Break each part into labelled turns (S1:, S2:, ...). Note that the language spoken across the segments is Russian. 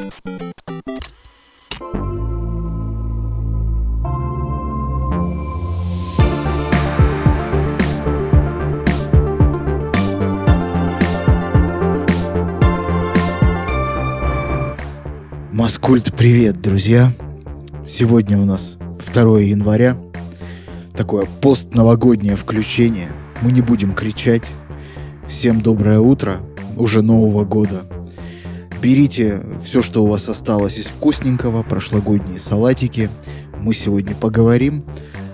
S1: Маскульт, привет, друзья! Сегодня у нас 2 января, такое постновогоднее включение. Мы не будем кричать. Всем доброе утро, уже Нового года. Берите все, что у вас осталось из вкусненького, прошлогодние салатики. Мы сегодня поговорим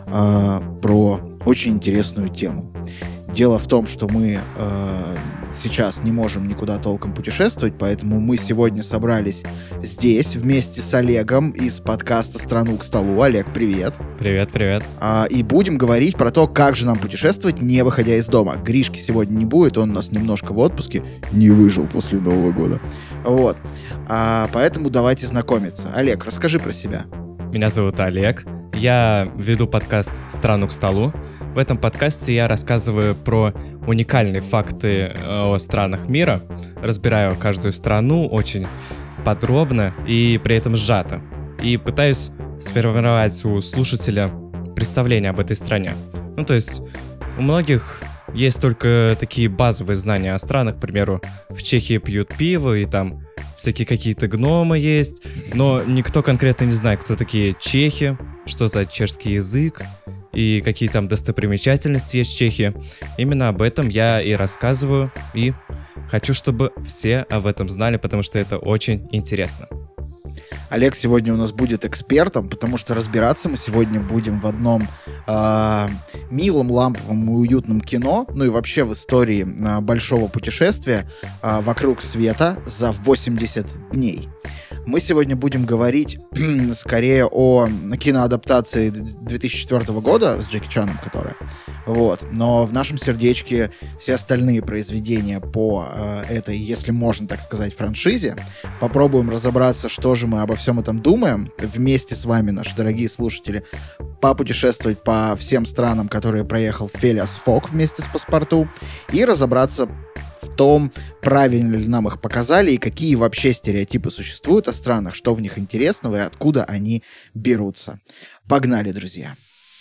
S1: про очень интересную тему. Дело в том, что мы сейчас не можем никуда толком путешествовать, поэтому мы сегодня собрались здесь вместе с Олегом из подкаста «Страну к столу». Олег, привет.
S2: Привет.
S1: И будем говорить про то, как же нам путешествовать, не выходя из дома. Гришки сегодня не будет, он у нас немножко в отпуске, не выжил после Нового года. Вот. Поэтому давайте знакомиться. Олег, расскажи про себя.
S2: Меня зовут Олег. Я веду подкаст «Страну к столу». В этом подкасте я рассказываю про уникальные факты о странах мира, разбираю каждую страну очень подробно и при этом сжато, и пытаюсь сформировать у слушателя представление об этой стране. То есть у многих есть только такие базовые знания о странах, к примеру, в Чехии пьют пиво, и там всякие какие-то гномы есть, но никто конкретно не знает, кто такие чехи, что за чешский язык, и какие там достопримечательности есть в Чехии. Именно об этом я и рассказываю, и хочу, чтобы все об этом знали, потому что это очень интересно.
S1: Олег сегодня у нас будет экспертом, потому что разбираться мы сегодня будем в одном милом, ламповом и уютном кино, ну и вообще в истории большого путешествия вокруг света за 80 дней. Мы сегодня будем говорить скорее о киноадаптации 2004 года с Джеки Чаном, которая. Вот. Но в нашем сердечке все остальные произведения по этой, если можно так сказать, франшизе. Попробуем разобраться, что же мы обо всем этом думаем. Вместе с вами, наши дорогие слушатели, попутешествовать по всем странам, которые проехал Фелиас Фок вместе с Паспорту, и разобраться в том, правильно ли нам их показали и какие вообще стереотипы существуют о странах, что в них интересного и откуда они берутся. Погнали, друзья!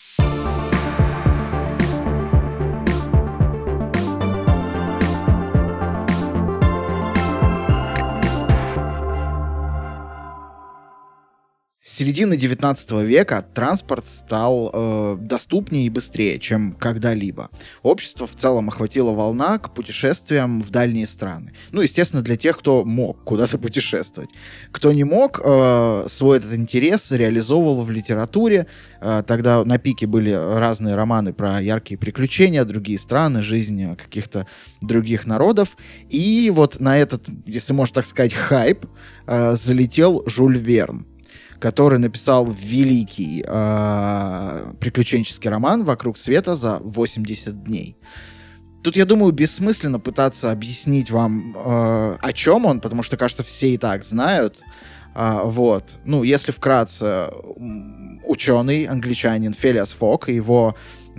S1: С середины 19 века транспорт стал доступнее и быстрее, чем когда-либо. Общество в целом охватило волна к путешествиям в дальние страны. Естественно, для тех, кто мог куда-то путешествовать. Кто не мог, свой этот интерес реализовывал в литературе. Тогда на пике были разные романы про яркие приключения, другие страны, жизнь каких-то других народов. И вот на этот, если можно так сказать, хайп залетел Жюль Верн, который написал великий приключенческий роман «Вокруг света за 80 дней». Тут, я думаю, бессмысленно пытаться объяснить вам, о чем он, потому что, кажется, все и так знают. Вот. Если вкратце, ученый, англичанин Фелиас Фок и его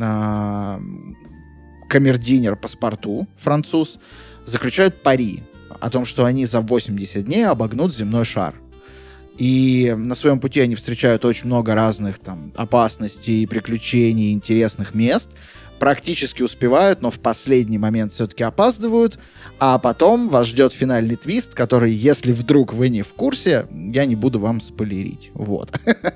S1: камердинер Паспорту, француз, заключают пари о том, что они за 80 дней обогнут земной шар. И на своем пути они встречают очень много разных там опасностей, приключений, интересных мест. Практически успевают, но в последний момент все-таки опаздывают. А потом вас ждет финальный твист, который, если вдруг вы не в курсе, я не буду вам спойлерить. Вот.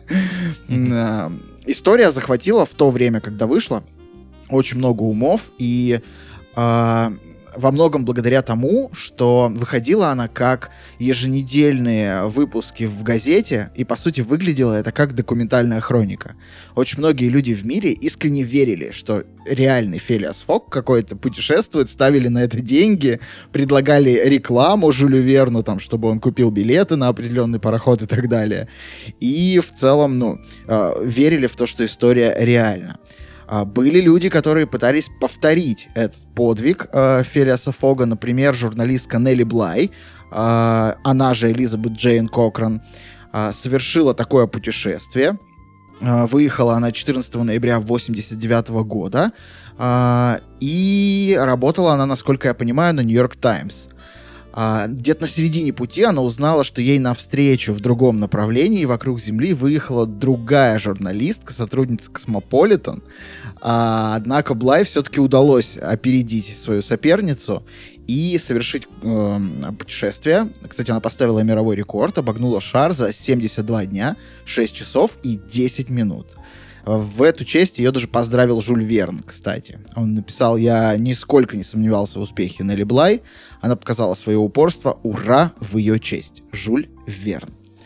S1: История захватила в то время, когда вышла, очень много умов. И во многом благодаря тому, что выходила она как еженедельные выпуски в газете, и, по сути, выглядела это как документальная хроника. Очень многие люди в мире искренне верили, что реальный Фелиас Фок какой-то путешествует, ставили на это деньги, предлагали рекламу Жюлю Верну, там, чтобы он купил билеты на определенный пароход и так далее. И в целом, верили в то, что история реальна. Были люди, которые пытались повторить этот подвиг Фелиаса Фога. Например, журналистка Нелли Блай, она же Элизабет Джейн Кохран, совершила такое путешествие. Выехала она 14 ноября 1989 года. И работала она, насколько я понимаю, на Нью-Йорк Таймс. Где-то на середине пути она узнала, что ей навстречу в другом направлении вокруг Земли выехала другая журналистка, сотрудница Космополитен. Однако Блай все-таки удалось опередить свою соперницу и совершить путешествие. Кстати, она поставила мировой рекорд, обогнула шар за 72 дня, 6 часов и 10 минут. В эту честь ее даже поздравил Жюль Верн, кстати. Он написал: «Я нисколько не сомневался в успехе Нелли Блай. Она показала свое упорство. Ура в ее честь. Жюль Верн».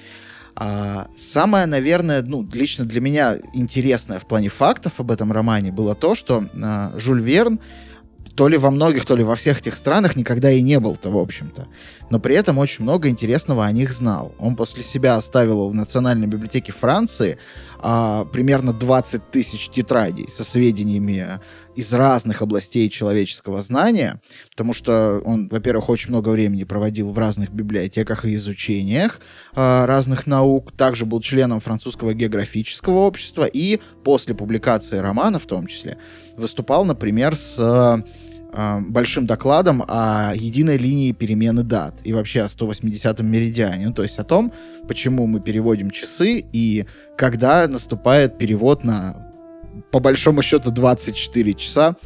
S1: Самое, наверное, лично для меня интересное в плане фактов об этом романе было то, что Жюль Верн то ли во многих, то ли во всех этих странах никогда и не был-то, в общем-то. Но при этом очень много интересного о них знал. Он после себя оставил в Национальной библиотеке Франции примерно 20 тысяч тетрадей со сведениями из разных областей человеческого знания, потому что он, во-первых, очень много времени проводил в разных библиотеках и изучениях разных наук, также был членом французского географического общества и после публикации романа, в том числе, выступал, например, с большим докладом о единой линии перемены дат и вообще о 180-м меридиане, то есть о том, почему мы переводим часы и когда наступает перевод на, по большому счету, 24 часа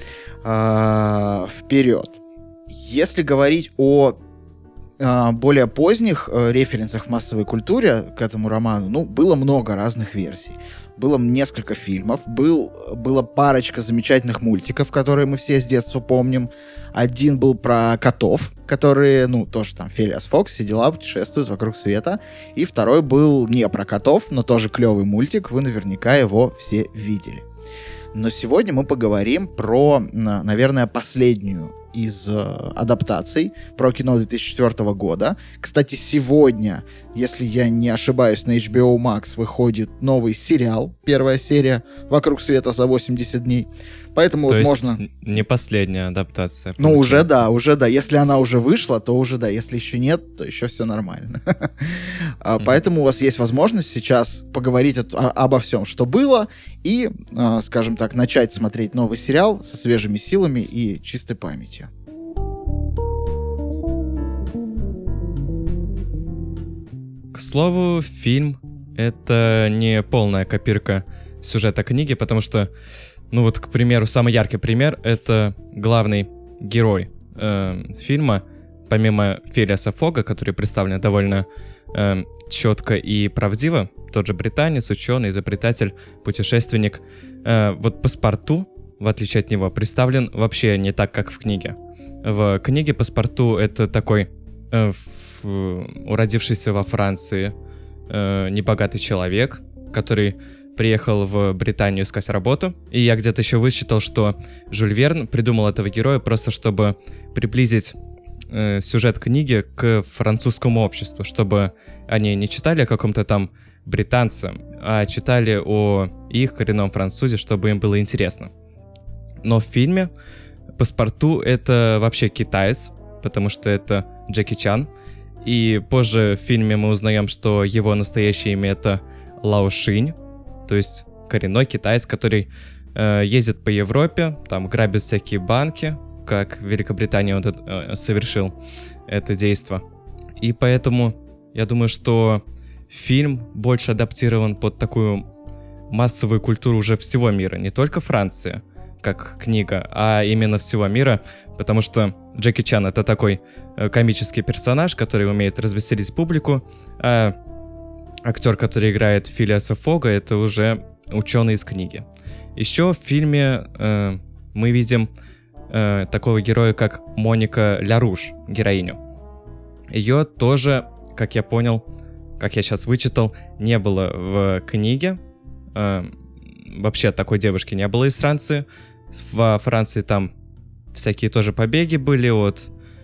S1: вперед. Если говорить о более поздних референсах в массовой культуре к этому роману, было много разных версий. Было несколько фильмов, была парочка замечательных мультиков, которые мы все с детства помним. Один был про котов, которые, тоже там Филиас Фокс, все дела, путешествуют вокруг света. И второй был не про котов, но тоже клевый мультик, вы наверняка его все видели. Но сегодня мы поговорим про, наверное, последнюю из адаптаций про кино 2004 года. Кстати, сегодня, если я не ошибаюсь, на HBO Max выходит новый сериал, первая серия «Вокруг света за 80 дней». Поэтому
S2: то
S1: вот
S2: есть
S1: можно...
S2: не последняя адаптация.
S1: Уже да. Если она уже вышла, то уже да. Если еще нет, то еще все нормально. Поэтому у вас есть возможность сейчас поговорить обо всем, что было, и, скажем так, начать смотреть новый сериал со свежими силами и чистой памятью.
S2: К слову, фильм — это не полная копирка сюжета книги, потому что, к примеру, самый яркий пример — это главный герой фильма, помимо Филиаса Фога, который представлен довольно четко и правдиво, тот же британец, ученый, изобретатель, путешественник. Паспарту, в отличие от него, представлен вообще не так, как в книге. В книге Паспарту — это такой уродившийся во Франции небогатый человек, который приехал в Британию искать работу. И я где-то еще вычитал, что Жюль Верн придумал этого героя просто чтобы приблизить сюжет книги к французскому обществу, чтобы они не читали о каком-то там британце, а читали о их коренном французе, чтобы им было интересно. Но в фильме Паспарту — это вообще китаец, потому что это Джеки Чан. И позже в фильме мы узнаем, что его настоящее имя — это Лао Шинь, то есть коренной китаец, который ездит по Европе, там грабит всякие банки, как в Великобритании он совершил это действо. И поэтому я думаю, что фильм больше адаптирован под такую массовую культуру уже всего мира, не только Франции, как книга, а именно всего мира, потому что Джеки Чан — это такой комический персонаж, который умеет развеселить публику, а актер, который играет Филиаса Фога, это уже ученый из книги. Еще в фильме мы видим такого героя, как Моника Ляруш, героиню. Ее тоже, как я понял, как я сейчас вычитал, не было в книге. Вообще такой девушки не было из Франции. Во Франции там всякие тоже побеги были от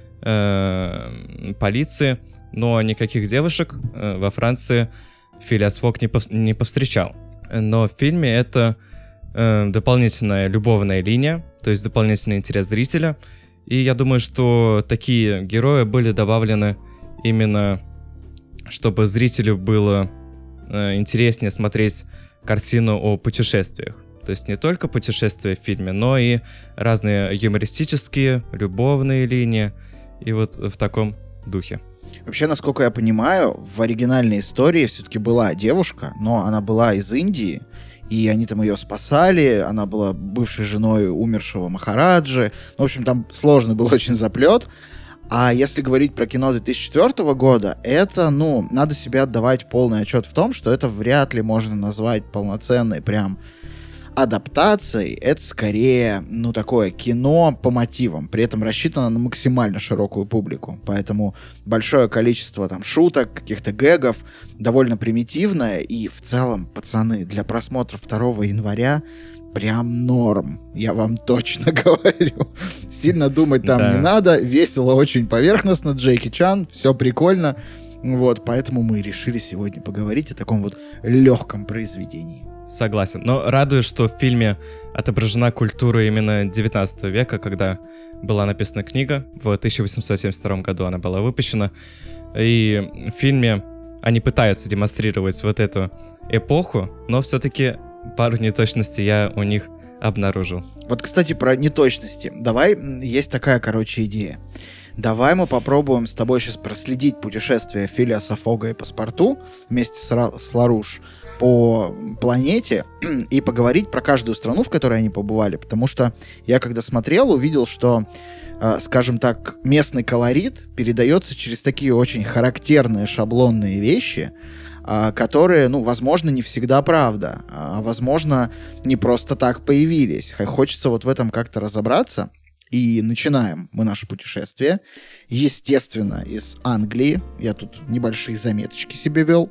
S2: полиции, но никаких девушек во Франции Филиас Фог не повстречал. Но в фильме это дополнительная любовная линия, то есть дополнительный интерес зрителя. И я думаю, что такие герои были добавлены именно, чтобы зрителю было интереснее смотреть картину о путешествиях. То есть не только путешествия в фильме, но и разные юмористические, любовные линии. И вот в таком духе.
S1: Вообще, насколько я понимаю, в оригинальной истории все-таки была девушка, но она была из Индии, и они там ее спасали, она была бывшей женой умершего Махараджи. В общем, там сложный был очень заплет. А если говорить про кино 2004 года, это, надо себе отдавать полный отчет в том, что это вряд ли можно назвать полноценной прям адаптацией. Это скорее, такое кино по мотивам, при этом рассчитано на максимально широкую публику. Поэтому большое количество там шуток, каких-то гэгов, довольно примитивное. И в целом, пацаны, для просмотра 2 января прям норм, я вам точно говорю. Сильно думать там не надо, весело, очень поверхностно, Джеки Чан, все прикольно. Поэтому мы решили сегодня поговорить о таком вот легком произведении.
S2: Согласен, но радует, что в фильме отображена культура именно 19 века, когда была написана книга, в 1872 году она была выпущена, и в фильме они пытаются демонстрировать вот эту эпоху, но все-таки пару неточностей я у них обнаружил.
S1: Вот, кстати, про неточности. Давай, есть такая, идея. Давай мы попробуем с тобой сейчас проследить путешествие Филиаса Фога и Паспарту вместе с Ларуш по планете и поговорить про каждую страну, в которой они побывали, потому что я, когда смотрел, увидел, что, скажем так, местный колорит передается через такие очень характерные шаблонные вещи, которые, возможно, не всегда правда, а, возможно, не просто так появились. Хочется вот в этом как-то разобраться. И начинаем мы наше путешествие, естественно, из Англии. Я тут небольшие заметочки себе вел.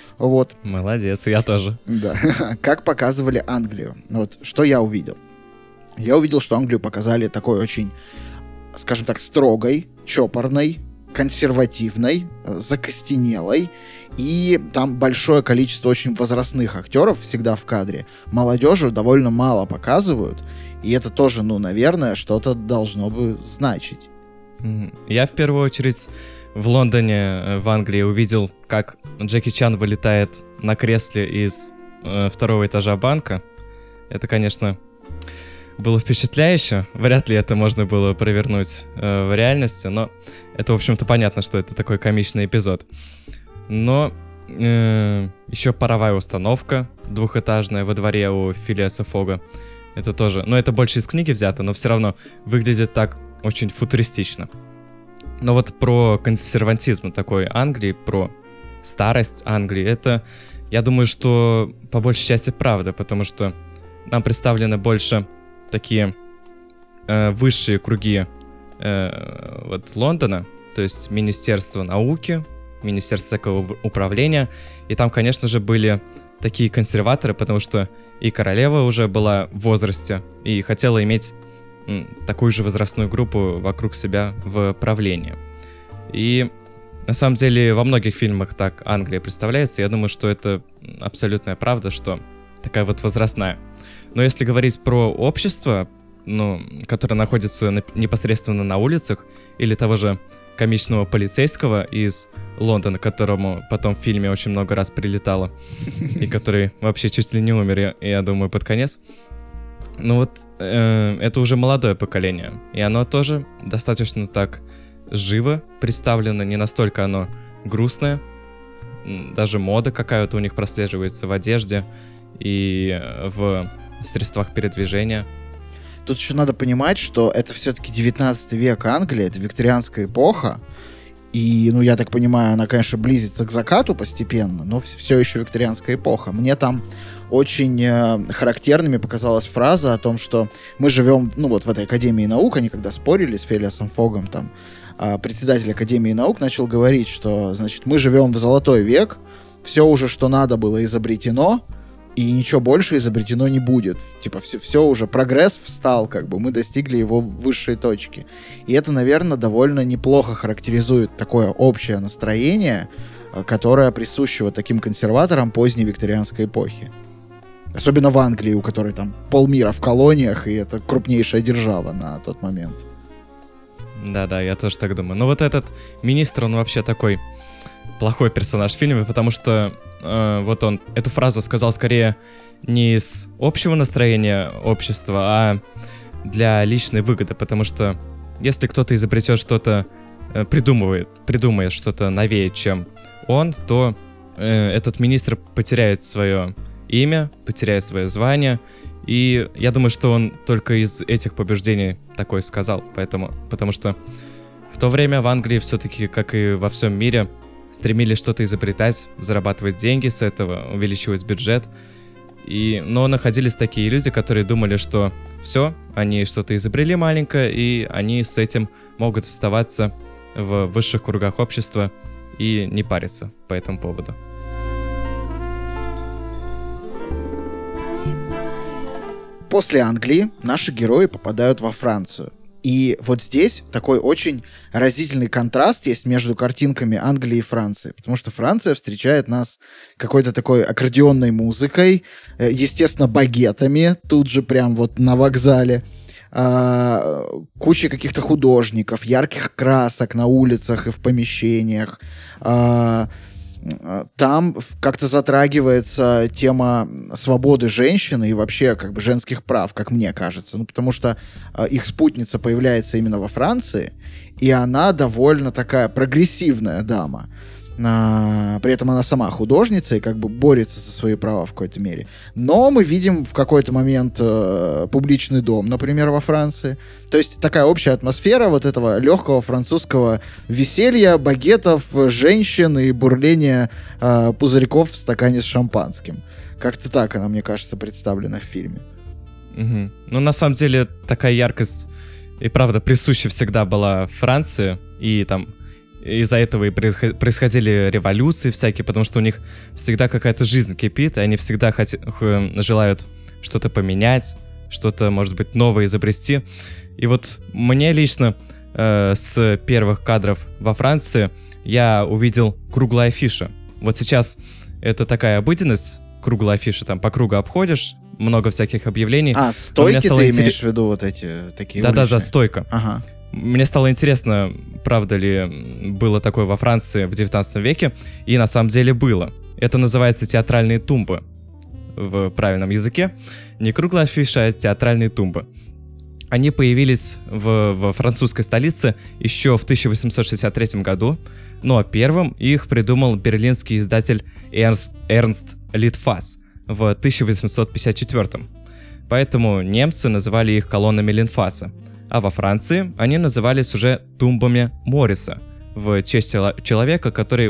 S2: Молодец, я тоже.
S1: Да. Как показывали Англию. Что я увидел? Я увидел, что Англию показали такой очень, скажем так, строгой, чопорной, консервативной, закостенелой, и там большое количество очень возрастных актеров всегда в кадре. Молодежи довольно мало показывают, и это тоже, наверное, что-то должно бы значить.
S2: Я в первую очередь в Лондоне, в Англии, увидел, как Джеки Чан вылетает на кресле из 2-го этажа банка. Это, конечно, было впечатляюще. Вряд ли это можно было провернуть в реальности, но это, в общем-то, понятно, что это такой комичный эпизод. Но еще паровая установка двухэтажная во дворе у Филиаса Фога. Это тоже, это больше из книги взято, но все равно выглядит так очень футуристично. Но вот про консерватизм такой Англии, про старость Англии, это, я думаю, что по большей части правда, потому что нам представлены больше такие высшие круги Лондона, то есть Министерство науки, Министерство управления, и там, конечно же, были такие консерваторы, потому что и королева уже была в возрасте и хотела иметь такую же возрастную группу вокруг себя в правлении. И на самом деле во многих фильмах так Англия представляется. Я думаю, что это абсолютная правда, что такая вот возрастная. Но если говорить про общество, которое находится непосредственно на улицах, или того же комичного полицейского из Лондона, которому потом в фильме очень много раз прилетало, и который вообще чуть ли не умер, я думаю, под конец. Это уже молодое поколение, и оно тоже достаточно так живо представлено, не настолько оно грустное, даже мода какая-то у них прослеживается в одежде и в средствах передвижения.
S1: Тут еще надо понимать, что это все-таки 19 век Англии, это викторианская эпоха, и, я так понимаю, она, конечно, близится к закату постепенно, но все еще викторианская эпоха. Мне там очень характерными показалась фраза о том, что мы живем, в этой Академии наук, они когда спорили с Филиасом Фогом, там, председатель Академии наук начал говорить, что, значит, мы живем в золотой век, все уже, что надо, было изобретено, и ничего больше изобретено не будет. Типа, все уже, прогресс встал, мы достигли его высшей точки. И это, наверное, довольно неплохо характеризует такое общее настроение, которое присуще таким консерваторам поздней викторианской эпохи. Особенно в Англии, у которой там полмира в колониях, и это крупнейшая держава на тот момент.
S2: Да, я тоже так думаю. Но этот министр, он вообще такой плохой персонаж в фильме, потому что он эту фразу сказал скорее не из общего настроения общества, а для личной выгоды, потому что если кто-то изобретет что-то придумает что-то новее, чем он, то этот министр потеряет свое имя, потеряет свое звание. И я думаю, что он только из этих побеждений такое сказал. Потому что в то время в Англии все-таки, как и во всем мире, стремились что-то изобретать, зарабатывать деньги с этого, увеличивать бюджет. Но находились такие люди, которые думали, что все, они что-то изобрели маленькое, и они с этим могут оставаться в высших кругах общества и не париться по этому поводу.
S1: После Англии наши герои попадают во Францию. И вот здесь такой очень разительный контраст есть между картинками Англии и Франции. Потому что Франция встречает нас какой-то такой аккордеонной музыкой, естественно, багетами, тут же прям вот на вокзале. Куча каких-то художников, ярких красок на улицах и в помещениях. Там как-то затрагивается тема свободы женщины и вообще как бы женских прав, как мне кажется. Потому что их спутница появляется именно во Франции, и она довольно такая прогрессивная дама. При этом она сама художница и как бы борется за свои права в какой-то мере. Но мы видим в какой-то момент публичный дом, например, во Франции. То есть такая общая атмосфера вот этого легкого французского веселья, багетов, женщин и бурления пузырьков в стакане с шампанским. Как-то так она, мне кажется, представлена в фильме.
S2: Угу. Ну, на самом деле, такая яркость и правда присуща всегда была Франции, и там из-за этого и происходили революции всякие, потому что у них всегда какая-то жизнь кипит, и они всегда желают что-то поменять, что-то, может быть, новое изобрести. И вот мне лично с первых кадров во Франции я увидел круглая афиша. Вот сейчас это такая обыденность, круглая афиша, там по кругу обходишь, много всяких объявлений.
S1: Стойки ты имеешь в виду вот эти такие уличные?
S2: Да, стойка.
S1: Ага.
S2: Мне стало интересно, правда ли было такое во Франции в 19 веке, и на самом деле было. Это называется театральные тумбы в правильном языке. Не круглая афиша, а театральные тумбы. Они появились в французской столице еще в 1863 году, но первым их придумал берлинский издатель Эрнст Литфас в 1854. Поэтому немцы называли их колоннами Литфаса. А во Франции они назывались уже тумбами Мориса в честь человека,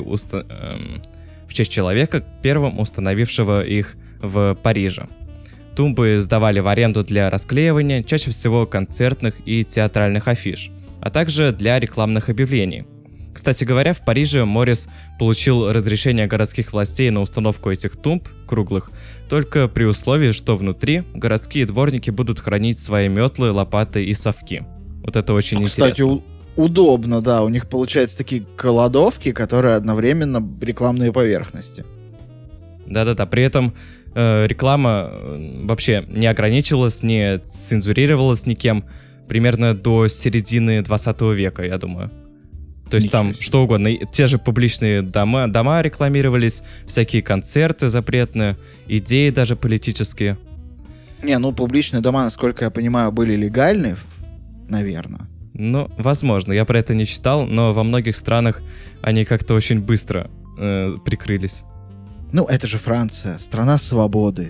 S2: первым установившего их в Париже. Тумбы сдавали в аренду для расклеивания, чаще всего концертных и театральных афиш, а также для рекламных объявлений. Кстати говоря, в Париже Морис получил разрешение городских властей на установку этих тумб, круглых, только при условии, что внутри городские дворники будут хранить свои метлы, лопаты и совки. Вот это очень интересно.
S1: Кстати, удобно, да. У них получаются такие кладовки, которые одновременно рекламные поверхности.
S2: Да-да-да. При этом реклама вообще не ограничивалась, не цензурировалась никем примерно до середины 20 века, я думаю. То есть там что угодно, те же публичные дома рекламировались, всякие концерты запретные, идеи даже политические.
S1: Публичные дома, насколько я понимаю, были легальны, наверное.
S2: Ну, возможно, я про это не читал, но во многих странах они как-то очень быстро прикрылись.
S1: Это же Франция, страна свободы.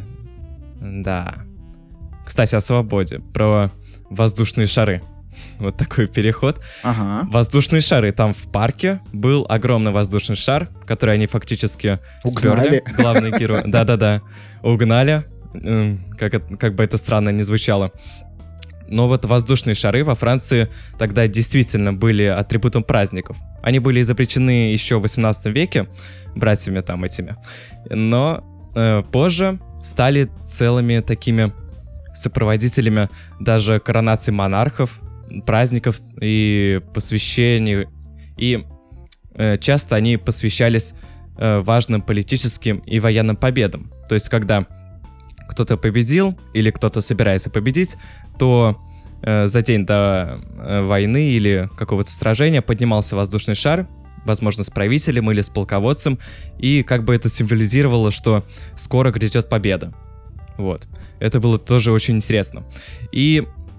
S2: Да. Кстати, о свободе, про воздушные шары. Вот такой переход.
S1: Ага.
S2: Воздушные шары. Там в парке был огромный воздушный шар, который они фактически сперли. Главный герой. Да-да-да. Угнали. Как бы это странно ни звучало. Но вот воздушные шары во Франции тогда действительно были атрибутом праздников. Они были изобретены еще в 18 веке братьями там этими. Но позже стали целыми такими сопроводителями даже коронаций монархов, праздников и посвящений. И часто они посвящались важным политическим и военным победам. То есть, когда кто-то победил или кто-то собирается победить, то за день до войны или какого-то сражения поднимался воздушный шар, возможно, с правителем или с полководцем, и как бы это символизировало, что скоро грядет победа. Вот. Это было тоже очень интересно. И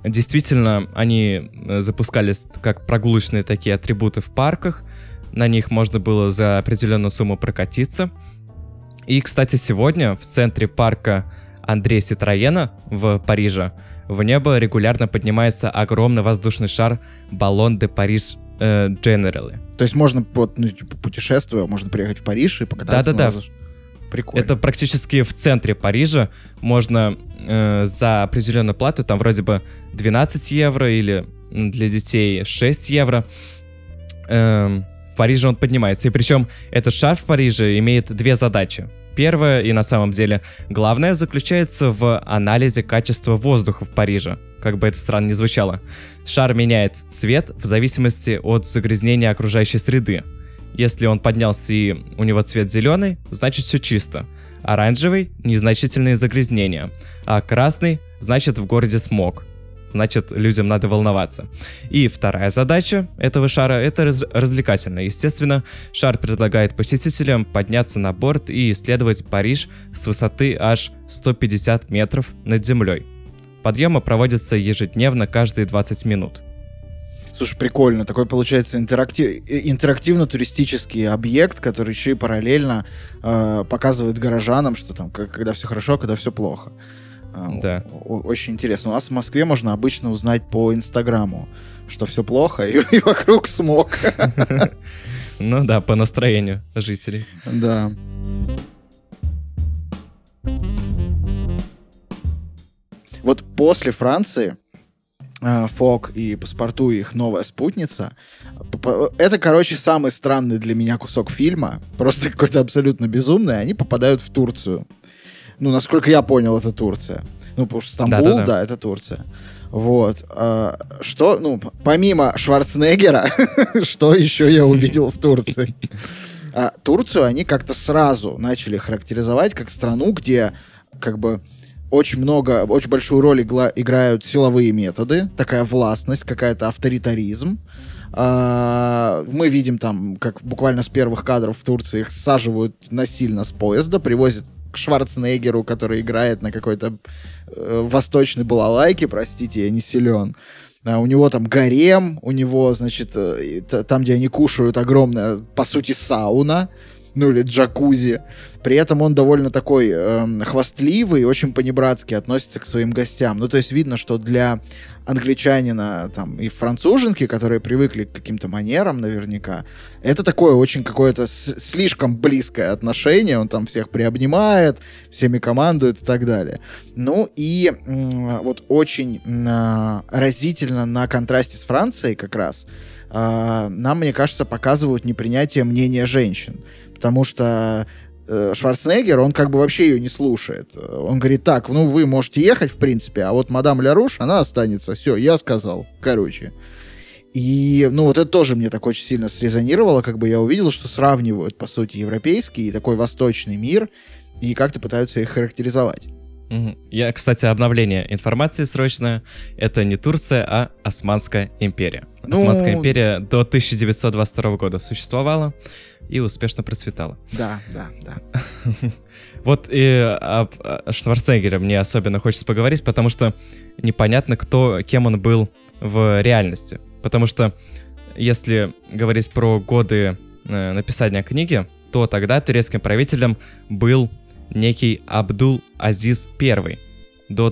S2: Действительно, они запускались как прогулочные такие атрибуты в парках. На них можно было за определенную сумму прокатиться. И, кстати, сегодня в центре парка Андре Ситроена в Париже в небо регулярно поднимается огромный воздушный шар «Баллон де Париж Дженералы».
S1: То есть можно, путешествуя, можно приехать в Париж и покататься на воздушном. Прикольно.
S2: Это практически в центре Парижа. Можно за определенную плату, там вроде бы 12 евро или для детей 6 евро, в Париже он поднимается. И причем этот шар в Париже имеет две задачи. Первая и на самом деле главная заключается в анализе качества воздуха в Париже. Как бы это странно ни звучало. Шар меняет цвет в зависимости от загрязнения окружающей среды. Если он поднялся и у него цвет зеленый, значит все чисто. Оранжевый — незначительные загрязнения. А красный — значит в городе смог. Значит, людям надо волноваться. И вторая задача этого шара — это развлекательная. Естественно, шар предлагает посетителям подняться на борт и исследовать Париж с высоты аж 150 метров над землей. Подъемы проводятся ежедневно каждые 20 минут.
S1: Слушай, прикольно. Такой, получается, интерактивно-туристический объект, который еще и параллельно показывает горожанам, что там, когда все хорошо, когда все плохо.
S2: Да.
S1: Очень интересно. У нас в Москве можно обычно узнать по Инстаграму, что все плохо, и вокруг смог.
S2: Ну да, по настроению жителей.
S1: Да. Вот после Франции Фок и Паспорту, их новая спутница. Это, короче, самый странный для меня кусок фильма. Просто какой-то абсолютно безумный. Они попадают в Турцию. Ну, насколько я понял, это Турция. Ну, потому что Стамбул, да, это Турция. Вот. Что, ну, помимо Шварценеггера, что еще я увидел в Турции? Турцию они как-то сразу начали характеризовать как страну, где как бы очень большую роль играют силовые методы, такая властность, какая-то авторитаризм. Мы видим там, как буквально с первых кадров в Турции их саживают насильно с поезда, привозят к Шварценеггеру, который играет на какой-то восточной балалайке, простите, я не силен. У него там гарем, у него, значит, там, где они кушают, огромная, по сути, сауна, ну или джакузи. При этом он довольно такой хвастливый и очень понебратски относится к своим гостям. Ну, то есть видно, что для англичанина там, и француженки, которые привыкли к каким-то манерам наверняка, это такое очень какое-то слишком близкое отношение. Он там всех приобнимает, всеми командует и так далее. Ну и вот очень разительно на контрасте с Францией как раз нам, мне кажется, показывают непринятие мнения женщин. Потому что Шварценеггер, он как бы вообще ее не слушает. Он говорит, так, ну вы можете ехать, в принципе, а вот мадам Ля Руш, она останется. Все, я сказал. Короче. И, ну, вот это тоже мне так очень сильно срезонировало, как бы я увидел, что сравнивают, по сути, европейский и такой восточный мир, и как-то пытаются их характеризовать.
S2: Я, кстати, обновление информации срочное. Это не Турция, а Османская империя. Османская империя до 1922 года существовала и успешно процветала.
S1: Да.
S2: Вот и об Шварценеггере мне особенно хочется поговорить, потому что непонятно, кем он был в реальности. Потому что если говорить про годы написания книги, то тогда турецким правителем был некий Абдул-Азиз I. До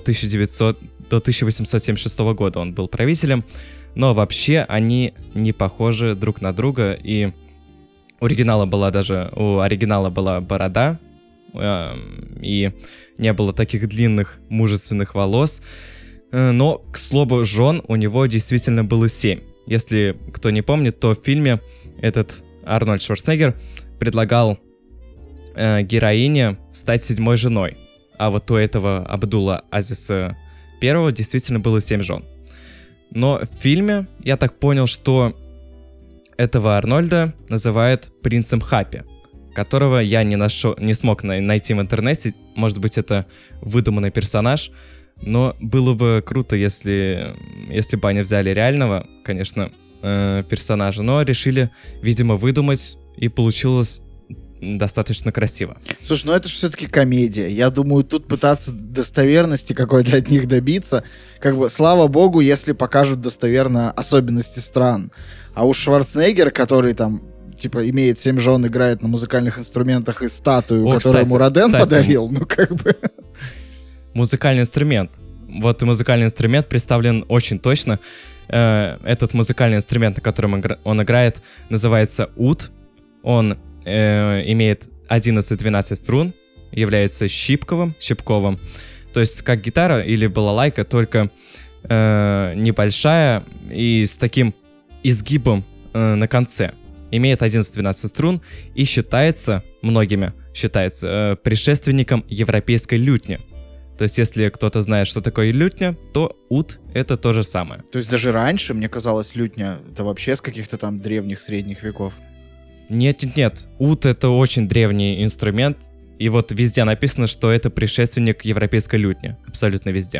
S2: 1876 года он был правителем, но вообще они не похожи друг на друга, и у оригинала была борода, и не было таких длинных мужественных волос, но, к слову, жен у него действительно было 7. Если кто не помнит, то в фильме этот Арнольд Шварценеггер предлагал героине стать 7-й женой. А вот у этого Абдула Азиза I действительно было 7 жен. Но в фильме я так понял, что этого Арнольда называют принцем Хаппи, которого я не смог найти в интернете. Может быть, это выдуманный персонаж. Но было бы круто, если бы они взяли реального, конечно, персонажа. Но решили, видимо, выдумать, и получилось достаточно красиво.
S1: Слушай, ну это же все-таки комедия. Я думаю, тут пытаться достоверности какой-то от них добиться. Как бы, слава богу, если покажут достоверно особенности стран. А уж Шварценеггер, который там, типа, имеет 7 жен, играет на музыкальных инструментах и статую, которую ему Роден подарил, ну как бы...
S2: Музыкальный инструмент. Вот и музыкальный инструмент представлен очень точно. Этот музыкальный инструмент, на котором он играет, называется ут. Он имеет 11-12 струн, является щипковым. То есть как гитара или балалайка, только небольшая и с таким изгибом на конце. Имеет 11-12 струн и многими считается предшественником европейской лютни. То есть если кто-то знает, что такое лютня, то ут — это то же самое.
S1: То есть даже раньше, мне казалось, лютня — это вообще с каких-то там древних средних веков.
S2: Нет. Ут — это очень древний инструмент. И вот везде написано, что это предшественник европейской лютни. Абсолютно везде.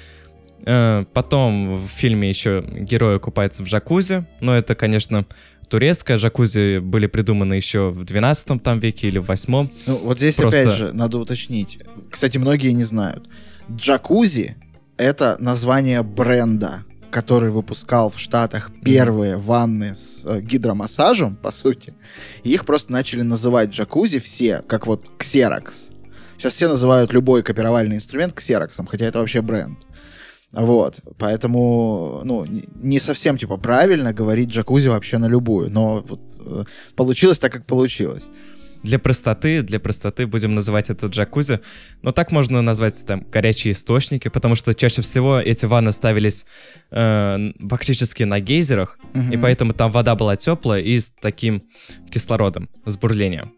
S2: Потом в фильме еще герои купаются в джакузи. Но это, конечно, турецкое. Джакузи были придуманы еще в 12 там веке или в 8.
S1: Ну, вот здесь опять же надо уточнить. Кстати, многие не знают. Джакузи — это название бренда, который выпускал в Штатах первые ванны с гидромассажем, по сути. И их просто начали называть джакузи все, как вот Xerox. Сейчас все называют любой копировальный инструмент Xerox, хотя это вообще бренд. Вот, поэтому, ну, не совсем, типа, правильно говорить джакузи вообще на любую, но вот получилось так, как получилось.
S2: Для простоты будем называть это джакузи, но так можно назвать там горячие источники, потому что чаще всего эти ванны ставились фактически на гейзерах, и поэтому там вода была теплая и с таким кислородом, с бурлением.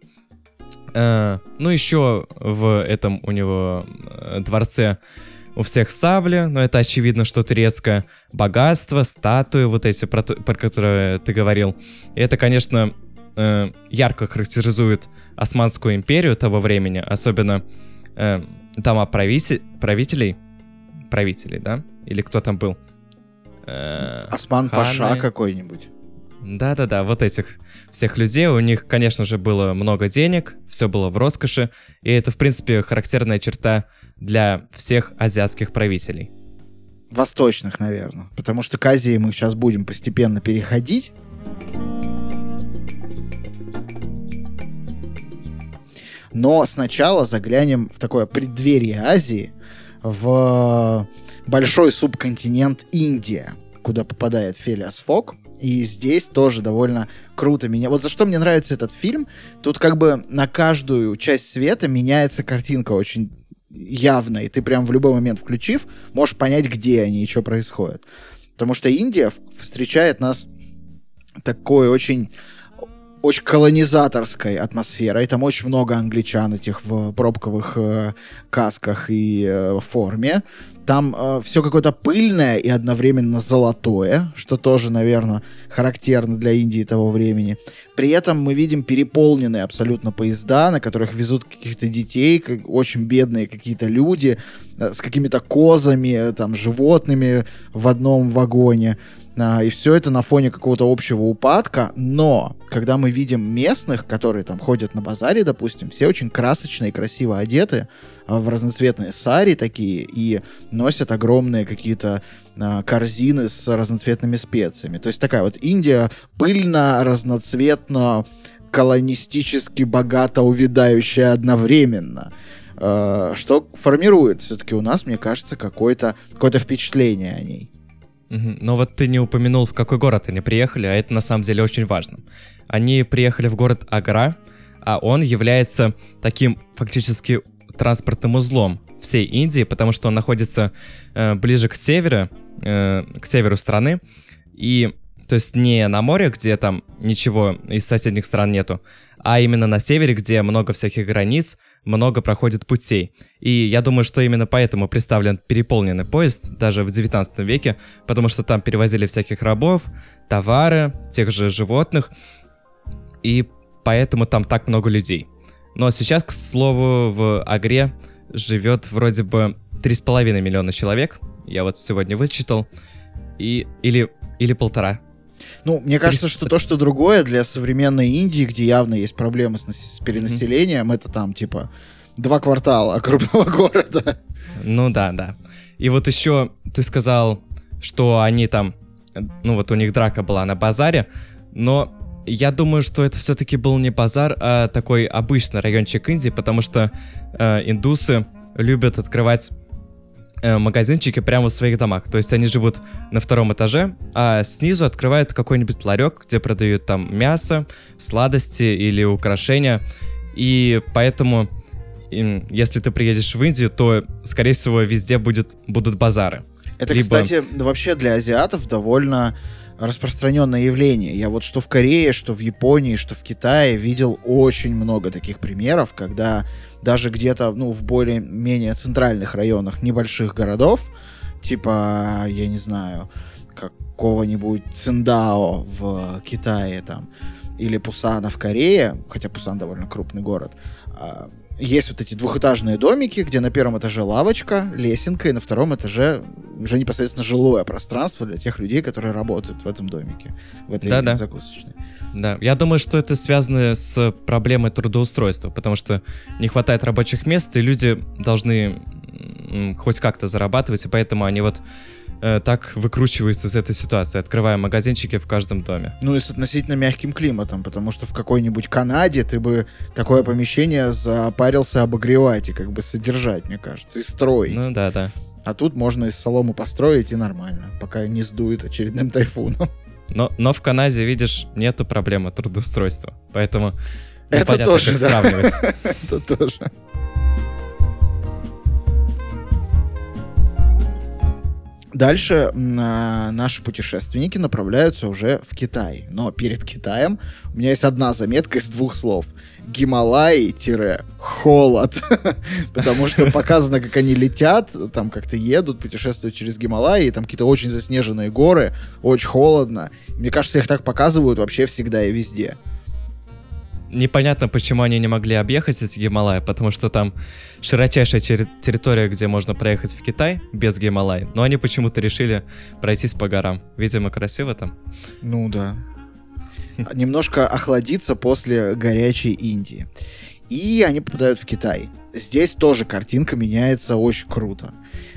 S2: Ну, еще в этом у него дворце у всех сабли, но это очевидно, что турецкое богатство, статуи, вот эти, про которые ты говорил. И это, конечно, ярко характеризует Османскую империю того времени, особенно дома правителей, да? Или кто там был?
S1: Осман-паша какой-нибудь.
S2: Да, вот этих всех людей. У них, конечно же, было много денег, все было в роскоши, и это, в принципе, характерная черта для всех азиатских правителей.
S1: Восточных, наверное, потому что к Азии мы сейчас будем постепенно переходить. Но сначала заглянем в такое преддверие Азии, в большой субконтинент Индия, куда попадает Филиас Фок. И здесь тоже довольно круто меня. Вот за что мне нравится этот фильм, тут как бы на каждую часть света меняется картинка очень явно, и ты прям в любой момент включив, можешь понять, где они и что происходит. Потому что Индия встречает нас такой очень колонизаторской атмосферой. Там очень много англичан этих в пробковых касках и форме. Там все какое-то пыльное и одновременно золотое, что тоже, наверное, характерно для Индии того времени. При этом мы видим переполненные абсолютно поезда, на которых везут каких-то детей, очень бедные какие-то люди с какими-то козами, там, животными в одном вагоне. И все это на фоне какого-то общего упадка, но когда мы видим местных, которые там ходят на базаре, допустим, все очень красочно и красиво одеты, в разноцветные сари такие, и носят огромные какие-то корзины с разноцветными специями. То есть такая вот Индия пыльно, разноцветно, колонистически богато увядающая одновременно, что формирует все-таки у нас, мне кажется, какое-то впечатление о ней.
S2: Но вот ты не упомянул, в какой город они приехали, а это на самом деле очень важно. Они приехали в город Агра, а он является таким фактически транспортным узлом всей Индии, потому что он находится ближе к северу страны, и то есть не на море, где там ничего из соседних стран нету, а именно на севере, где много всяких границ, много проходит путей. И я думаю, что именно поэтому представлен переполненный поезд, даже в 19 веке, потому что там перевозили всяких рабов, товары, тех же животных, и поэтому там так много людей. Но сейчас, к слову, в Агре живет вроде бы 3,5 миллиона человек, я вот сегодня вычитал, или 1,5.
S1: Ну, мне кажется, что то, что другое для современной Индии, где явно есть проблемы с перенаселением, это там, типа, 2 квартала крупного города.
S2: Ну да. И вот еще ты сказал, что они там, ну вот у них драка была на базаре, но я думаю, что это все-таки был не базар, а такой обычный райончик Индии, потому что индусы любят открывать магазинчики прямо в своих домах. То есть они живут на 2 этаже, а снизу открывают какой-нибудь ларек, где продают там мясо, сладости или украшения. И поэтому, если ты приедешь в Индию, то, скорее всего, везде будут базары.
S1: Это, кстати, вообще для азиатов довольно распространенное явление. Я вот что в Корее, что в Японии, что в Китае видел очень много таких примеров, когда даже где-то, ну, в более-менее центральных районах небольших городов, типа, я не знаю, какого-нибудь Циндао в Китае там, или Пусана в Корее, хотя Пусан довольно крупный город, есть вот эти 2-этажные домики, где на 1 этаже лавочка, лесенка, и на 2 этаже уже непосредственно жилое пространство для тех людей, которые работают в этом домике, в этой закусочной.
S2: Да, я думаю, что это связано с проблемой трудоустройства, потому что не хватает рабочих мест, и люди должны хоть как-то зарабатывать, и поэтому они вот так выкручиваются из этой ситуации, открывая магазинчики в каждом доме.
S1: Ну и с относительно мягким климатом, потому что в какой-нибудь Канаде ты бы такое помещение запарился обогревать и как бы содержать, мне кажется, и строить.
S2: Ну да.
S1: А тут можно из соломы построить и нормально, пока не сдует очередным тайфуном.
S2: Но в Канаде, видишь, нету проблемы трудоустройства, поэтому
S1: непонятно, тоже,
S2: как сравнивать.
S1: Это тоже. Дальше наши путешественники направляются уже в Китай. Но перед Китаем у меня есть одна заметка из 2 слов. Гималаи-холод. Потому что показано, как они летят, там как-то едут, путешествуют через Гималаи, и там какие-то очень заснеженные горы, очень холодно. Мне кажется, их так показывают вообще всегда и везде.
S2: Непонятно, почему они не могли объехать эти Гималаи, потому что там широчайшая территория, где можно проехать в Китай без Гималай, но они почему-то решили пройтись по горам. Видимо, красиво там.
S1: Ну да. Немножко охладиться после горячей Индии. И они попадают в Китай. Здесь тоже картинка меняется очень круто.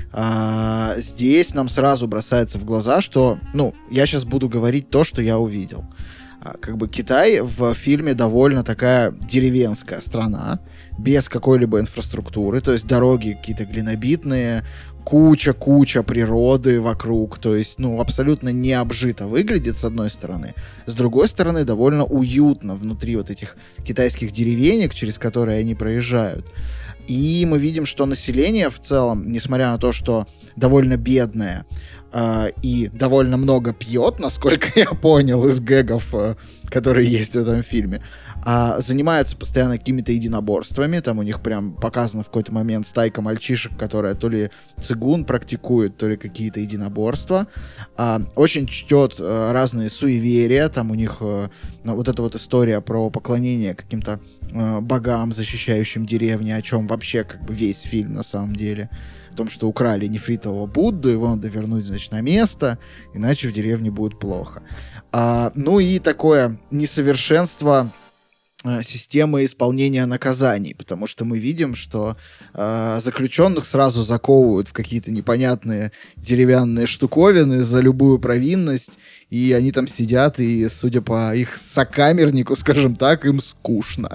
S1: Здесь нам сразу бросается в глаза, что... Ну, я сейчас буду говорить то, что я увидел. Как бы Китай в фильме довольно такая деревенская страна, без какой-либо инфраструктуры, то есть дороги какие-то глинобитные, куча природы вокруг, то есть, ну, абсолютно не обжито выглядит, с одной стороны. С другой стороны, довольно уютно внутри вот этих китайских деревенек, через которые они проезжают. И мы видим, что население в целом, несмотря на то, что довольно бедное, и довольно много пьет, насколько я понял из гэгов, которые есть в этом фильме, занимается постоянно какими-то единоборствами. Там у них прям показано в какой-то момент стайка мальчишек, которая то ли цигун практикует, то ли какие-то единоборства. Очень чтет разные суеверия. Там у них вот эта вот история про поклонение каким-то богам, защищающим деревни, о чем вообще как бы весь фильм на самом деле. В том, что украли нефритового Будду, его надо вернуть, значит, на место, иначе в деревне будет плохо. Ну и такое несовершенство системы исполнения наказаний, потому что мы видим, что заключенных сразу заковывают в какие-то непонятные деревянные штуковины за любую провинность, и они там сидят, и, судя по их сокамернику, скажем так, им скучно.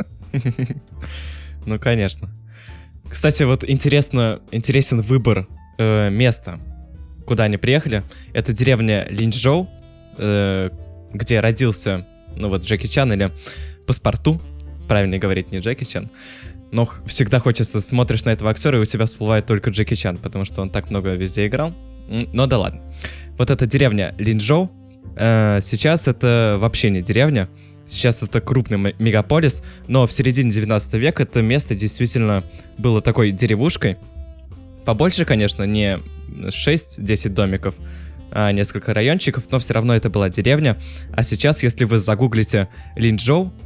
S2: Ну, конечно. Кстати, вот интересен выбор места, куда они приехали. Это деревня Линчжоу, где родился, ну вот, Джеки Чан, или паспорту, правильно говорить, не Джеки Чан. Но всегда хочется, смотришь на этого актера, и у тебя всплывает только Джеки Чан, потому что он так много везде играл. Но да ладно. Вот эта деревня Линчжоу, сейчас это вообще не деревня. Сейчас это крупный мегаполис, но в середине 19 века это место действительно было такой деревушкой. Побольше, конечно, не 6-10 домиков, а несколько райончиков, но все равно это была деревня. А сейчас, если вы загуглите Линчжоу,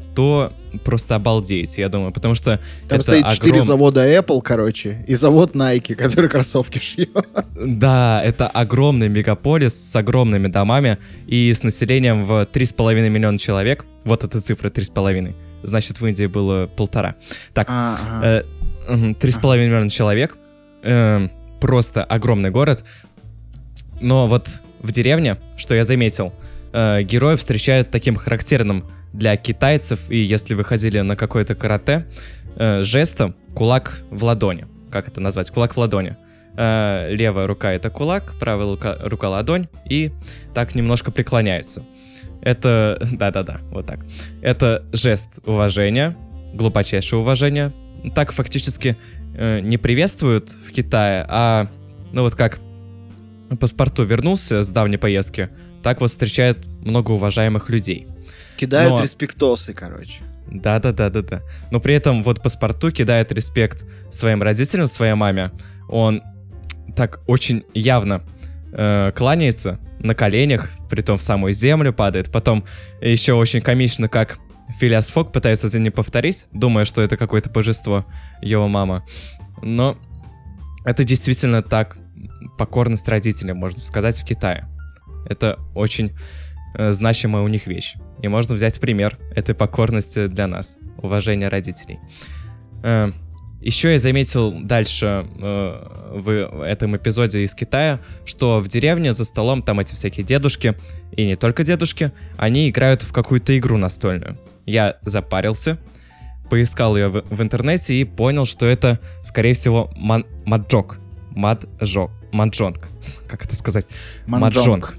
S2: то просто обалдеть, я думаю, потому что
S1: там
S2: это
S1: стоит 4 завода Apple, короче, и завод Nike, который кроссовки шьет.
S2: Да, это огромный мегаполис с огромными домами и с населением в 3,5 миллиона человек. Вот эта цифра 3,5. Значит, в Индии было 1,5. Так, 3,5 миллиона человек. Просто огромный город. Но вот в деревне, что я заметил, героев встречают таким характерным для китайцев, и если вы ходили на какое-то карате, жестом кулак в ладони. Как это назвать? Кулак в ладони. Левая рука — это кулак, правая рука — ладонь, и так немножко преклоняются. Это... Да-да-да, вот так. Это жест уважения, глубочайшего уважения. Так фактически не приветствуют в Китае, а, ну вот как паспорту вернулся с давней поездки, так вот встречают многоуважаемых людей.
S1: Кидают респектосы, короче.
S2: Да. Но при этом вот паспорту кидает респект своим родителям, своей маме. Он так очень явно кланяется на коленях, притом в самую землю падает. Потом еще очень комично, как Филиас Фок пытается за ним повторить, думая, что это какое-то божество, его мама. Но это действительно так, покорность родителям, можно сказать, в Китае. Это очень значимая у них вещь. И можно взять пример этой покорности для нас, уважения родителей. Еще я заметил дальше в этом эпизоде из Китая, что в деревне за столом там эти всякие дедушки, и не только дедушки, они играют в какую-то игру настольную. Я запарился, поискал ее в интернете и понял, что это, скорее всего, маджонг. Как это сказать? Маджонг.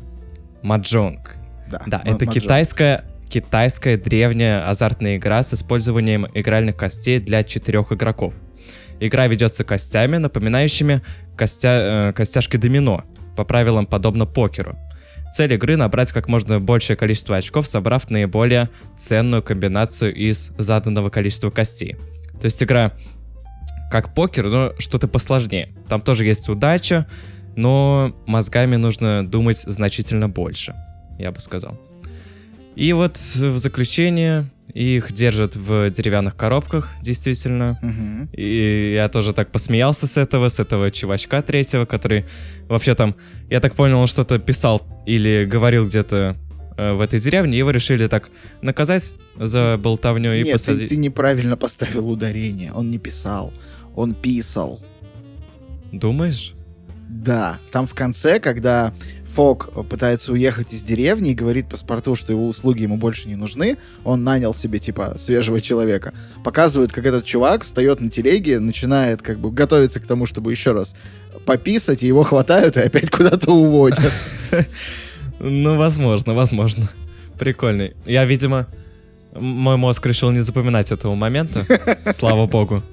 S2: Да, это китайская древняя азартная игра с использованием игральных костей для 4 игроков. Игра ведется костями, напоминающими костяшки домино, по правилам подобно покеру. Цель игры — набрать как можно большее количество очков, собрав наиболее ценную комбинацию из заданного количества костей. То есть игра как покер, но что-то посложнее. Там тоже есть удача, но мозгами нужно думать значительно больше, я бы сказал. И вот в заключение их держат в деревянных коробках, действительно. И я тоже так посмеялся с этого чувачка третьего, который вообще там, я так понял, он что-то писал или говорил где-то в этой деревне, его решили так наказать за болтовню и посадить.
S1: Нет, ты неправильно поставил ударение. Он не писал, он писал.
S2: Думаешь?
S1: Да, там в конце, когда Фок пытается уехать из деревни и говорит паспорту, что его услуги ему больше не нужны, он нанял себе, типа, свежего человека. Показывает, как этот чувак встает на телеге, начинает, как бы, готовиться к тому, чтобы еще раз пописать, и его хватают и опять куда-то уводят.
S2: Ну, возможно. Прикольный. Я, видимо, мой мозг решил не запоминать этого момента. Слава богу.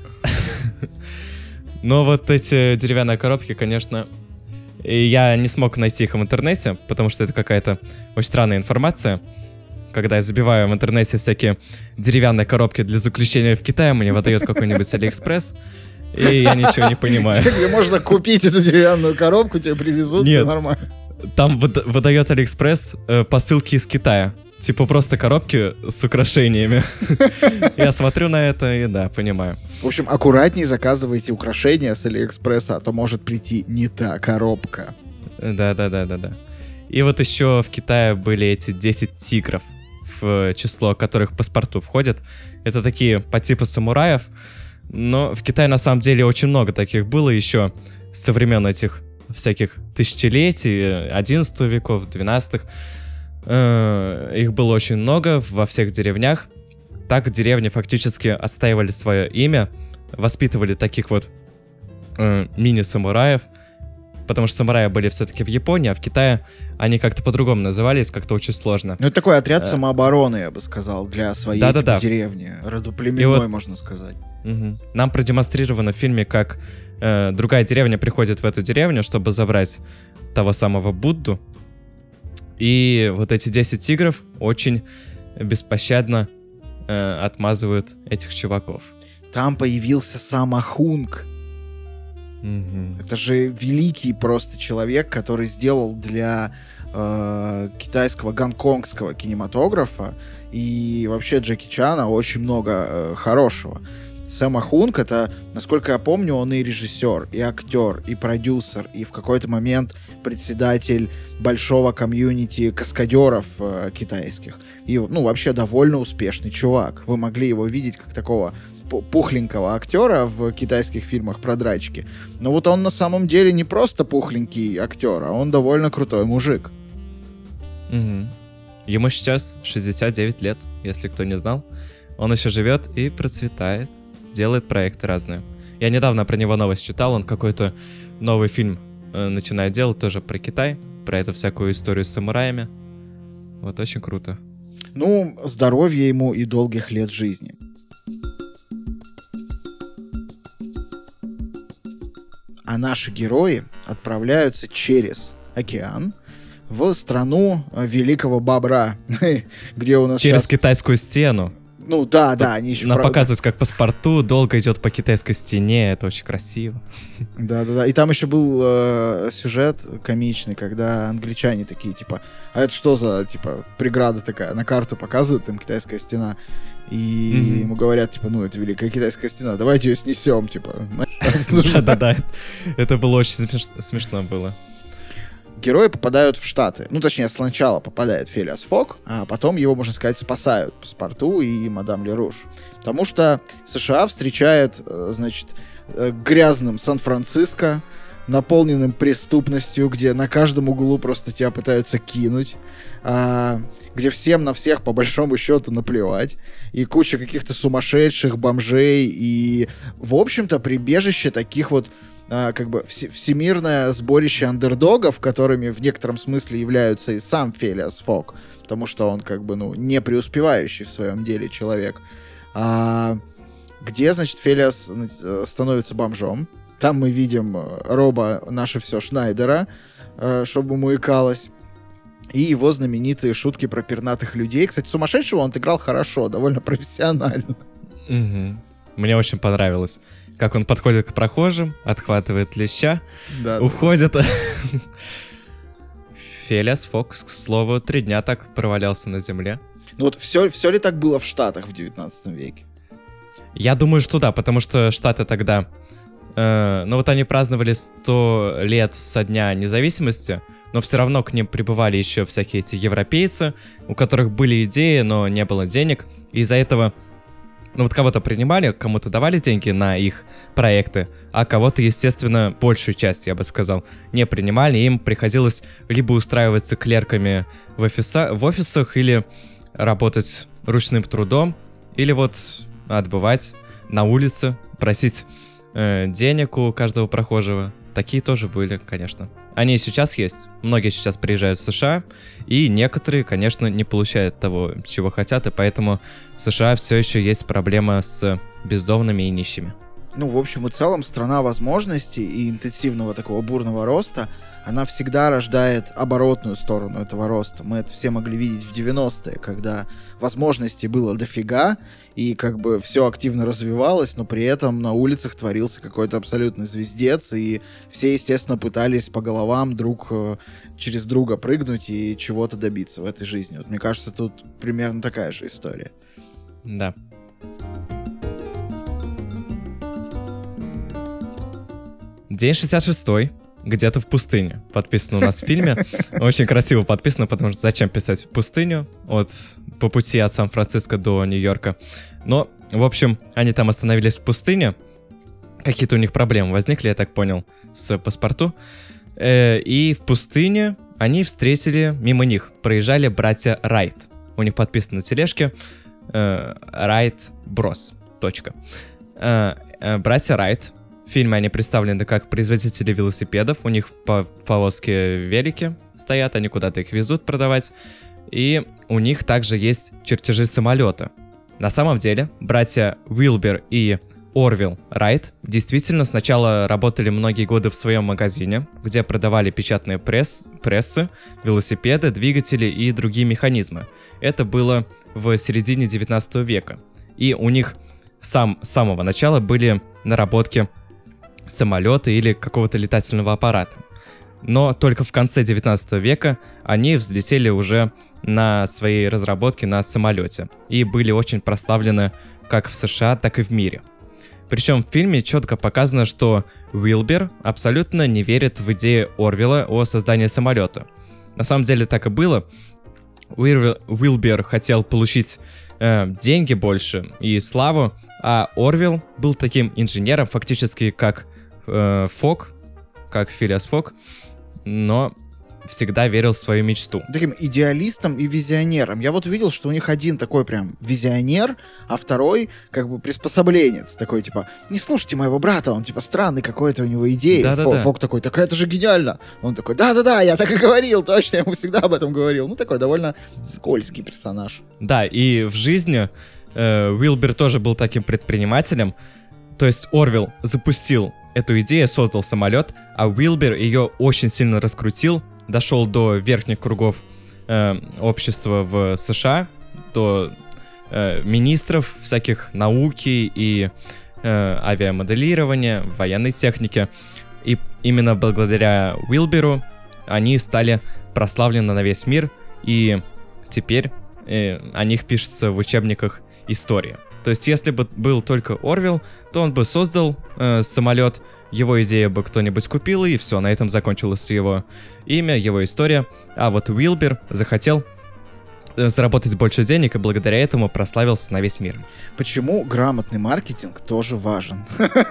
S2: Но вот эти деревянные коробки, конечно, я не смог найти их в интернете, потому что это какая-то очень странная информация. Когда я забиваю в интернете всякие деревянные коробки для заключения в Китае, мне выдает какой-нибудь Алиэкспресс, и я ничего не понимаю.
S1: Где можно купить эту деревянную коробку, тебе привезут, все нормально.
S2: Там выдает Алиэкспресс посылки из Китая. Типа просто коробки с украшениями. Я смотрю на это и да, понимаю.
S1: В общем, аккуратней заказывайте украшения с Алиэкспресса, а то может прийти не та коробка.
S2: Да. И вот еще в Китае были эти 10 тигров, в число которых паспорту входят. Это такие по типу самураев. Но в Китае на самом деле очень много таких было еще со времен этих всяких тысячелетий, 11 веков, 12-х. Их было очень много во всех деревнях. Так деревни фактически отстаивали свое имя, воспитывали таких вот мини-самураев, потому что самураи были все-таки в Японии, а в Китае они как-то по-другому назывались, как-то очень сложно.
S1: Ну, это такой отряд самообороны, я бы сказал, для своей деревни. Родоплеменной, вот, можно сказать.
S2: Нам продемонстрировано в фильме, как другая деревня приходит в эту деревню, чтобы забрать того самого Будду. И вот эти 10 тигров очень беспощадно отмазывают этих чуваков.
S1: Там появился Самахунг. Это же великий просто человек, который сделал для китайского, гонконгского кинематографа и вообще Джеки Чана очень много хорошего. Сэмма Хунг, это, насколько я помню, он и режиссер, и актер, и продюсер, и в какой-то момент председатель большого комьюнити каскадеров китайских. И, ну, вообще довольно успешный чувак. Вы могли его видеть как такого пухленького актера в китайских фильмах про драчки. Но вот он на самом деле не просто пухленький актер, а он довольно крутой мужик.
S2: Ему сейчас 69 лет, если кто не знал. Он еще живет и процветает, делает проекты разные. Я недавно про него новость читал, он какой-то новый фильм начинает делать, тоже про Китай, про эту всякую историю с самураями. Вот очень круто.
S1: Ну, здоровья ему и долгих лет жизни. А наши герои отправляются через океан в страну Великого Бобра, где у нас
S2: через
S1: сейчас...
S2: китайскую стену.
S1: Ну да, они еще...
S2: Нам показывают, как паспорту долго идет по китайской стене, это очень красиво.
S1: Да. И там еще был сюжет комичный, когда англичане такие, типа, а это что за, типа, преграда такая? На карту показывают, им китайская стена. И ему говорят, типа, ну, это Великая Китайская стена, давайте ее снесем, типа.
S2: Да. Это было очень смешно было.
S1: Герои попадают в Штаты. Ну, точнее, сначала попадает Филиас Фок, а потом его, можно сказать, спасают Паспорту и мадам Леруш. Потому что США встречает, значит, грязным Сан-Франциско, наполненным преступностью, где на каждом углу просто тебя пытаются кинуть, где всем на всех по большому счету наплевать, и куча каких-то сумасшедших бомжей, и, в общем-то, прибежище таких вот как бы всемирное сборище андердогов, которыми в некотором смысле являются и сам Филиас Фок, потому что он как бы, ну, не преуспевающий в своем деле человек. Где, значит, Филиас становится бомжом. Там мы видим Роба наше все Шнайдера, чтобы маякалось. И его знаменитые шутки про пернатых людей. Кстати, сумасшедшего он отыграл хорошо, довольно профессионально.
S2: Мне очень понравилось. Как он подходит к прохожим, отхватывает леща, уходит. Филиас Фок, к слову, 3 дня так провалялся на земле.
S1: Ну вот все ли так было в Штатах в 19 веке?
S2: Я думаю, что да, потому что Штаты тогда... ну вот они праздновали 100 лет со дня независимости, но все равно к ним прибывали еще всякие эти европейцы, у которых были идеи, но не было денег. И из-за этого... Ну вот кого-то принимали, кому-то давали деньги на их проекты, а кого-то, естественно, большую часть, я бы сказал, не принимали. Им приходилось либо устраиваться клерками в офисах, или работать ручным трудом, или вот отбывать на улице, просить денег у каждого прохожего. Такие тоже были, конечно. Они и сейчас есть. Многие сейчас приезжают в США, и некоторые, конечно, не получают того, чего хотят, и поэтому в США все еще есть проблема с бездомными и нищими.
S1: Ну, в общем и целом, страна возможностей и интенсивного такого бурного роста, она всегда рождает оборотную сторону этого роста. Мы это все могли видеть в 90-е, когда возможностей было дофига, и как бы все активно развивалось, но при этом на улицах творился какой-то абсолютный звездец, и все, естественно, пытались по головам друг через друга прыгнуть и чего-то добиться в этой жизни. Вот мне кажется, тут примерно такая же история.
S2: Да. День 66-й. Где-то в пустыне. Подписано у нас в фильме. Очень красиво подписано, потому что зачем писать в пустыню по пути от Сан-Франциско до Нью-Йорка. Но, в общем, они там остановились в пустыне. Какие-то у них проблемы возникли, я так понял, с паспорту. И в пустыне они встретили, мимо них проезжали братья Райт. У них подписано на тележке Райт Брос. Братья Райт. В фильме они представлены как производители велосипедов. У них в повозке велики стоят, они куда-то их везут продавать. И у них также есть чертежи самолета. На самом деле, братья Уилбер и Орвилл Райт действительно сначала работали многие годы в своем магазине, где продавали печатные прессы, велосипеды, двигатели и другие механизмы. Это было в середине 19 века. И у них с самого начала были наработки самолета или какого-то летательного аппарата. Но только в конце 19 века они взлетели уже на своей разработке на самолете и были очень прославлены как в США, так и в мире. Причем в фильме четко показано, что Уилбер абсолютно не верит в идею Орвелла о создании самолета. На самом деле так и было. Уилбер хотел получить деньги больше и славу, а Орвелл был таким инженером, фактически как Фок, как Филиас Фок, но всегда верил в свою мечту.
S1: Таким идеалистом и визионером. Я вот видел, что у них один такой прям визионер, а второй как бы приспособленец. Такой типа, не слушайте моего брата, он типа странный какой-то у него идеи. Фок такой, так это же гениально. Он такой, да-да-да, я так и говорил, точно, я ему всегда об этом говорил. Ну такой довольно скользкий персонаж.
S2: Да, и в жизни Уилбер тоже был таким предпринимателем. То есть Орвелл запустил эту идею, создал самолет, а Уилбер ее очень сильно раскрутил, дошел до верхних кругов общества в США, до министров всяких науки и авиамоделирования, военной техники. И именно благодаря Уилберу они стали прославлены на весь мир, и теперь о них пишется в учебниках истории. То есть если бы был только Орвелл, то он бы создал самолет, его идея бы кто-нибудь купил, и все, на этом закончилось его имя, его история. А вот Уилбер захотел заработать больше денег, и благодаря этому прославился на весь мир.
S1: Почему грамотный маркетинг тоже важен?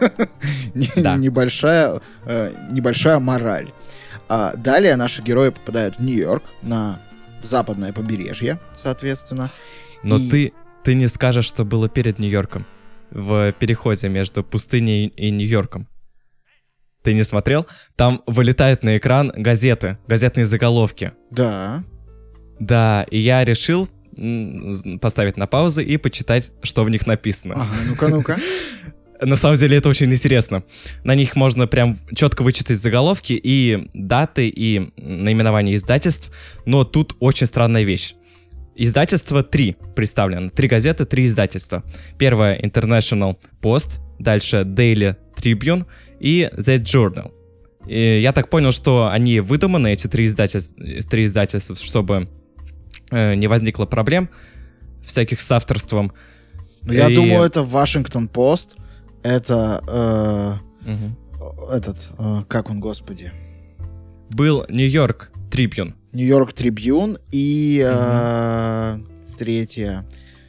S1: Небольшая мораль. Далее наши герои попадают в Нью-Йорк, на западное побережье, соответственно.
S2: Но ты не скажешь, что было перед Нью-Йорком, в переходе между пустыней и Нью-Йорком. Ты не смотрел? Там вылетают на экран газеты, газетные заголовки.
S1: Да.
S2: Да, и я решил поставить на паузу и почитать, что в них написано.
S1: Ага, ну-ка.
S2: На самом деле это очень интересно. На них можно прям четко вычитать заголовки и даты, и наименования издательств, но тут очень странная вещь. Издательства 3 представлено. 3 газеты, 3 издательства. Первое — International Post, дальше Daily Tribune и The Journal. И я так понял, что они выдуманы, эти 3 издательства, чтобы не возникло проблем всяких с авторством.
S1: Я думаю, это Washington Post, это как он, господи?
S2: Был Нью-Йорк Трибьюн.
S1: Нью-Йорк Трибьюн и третье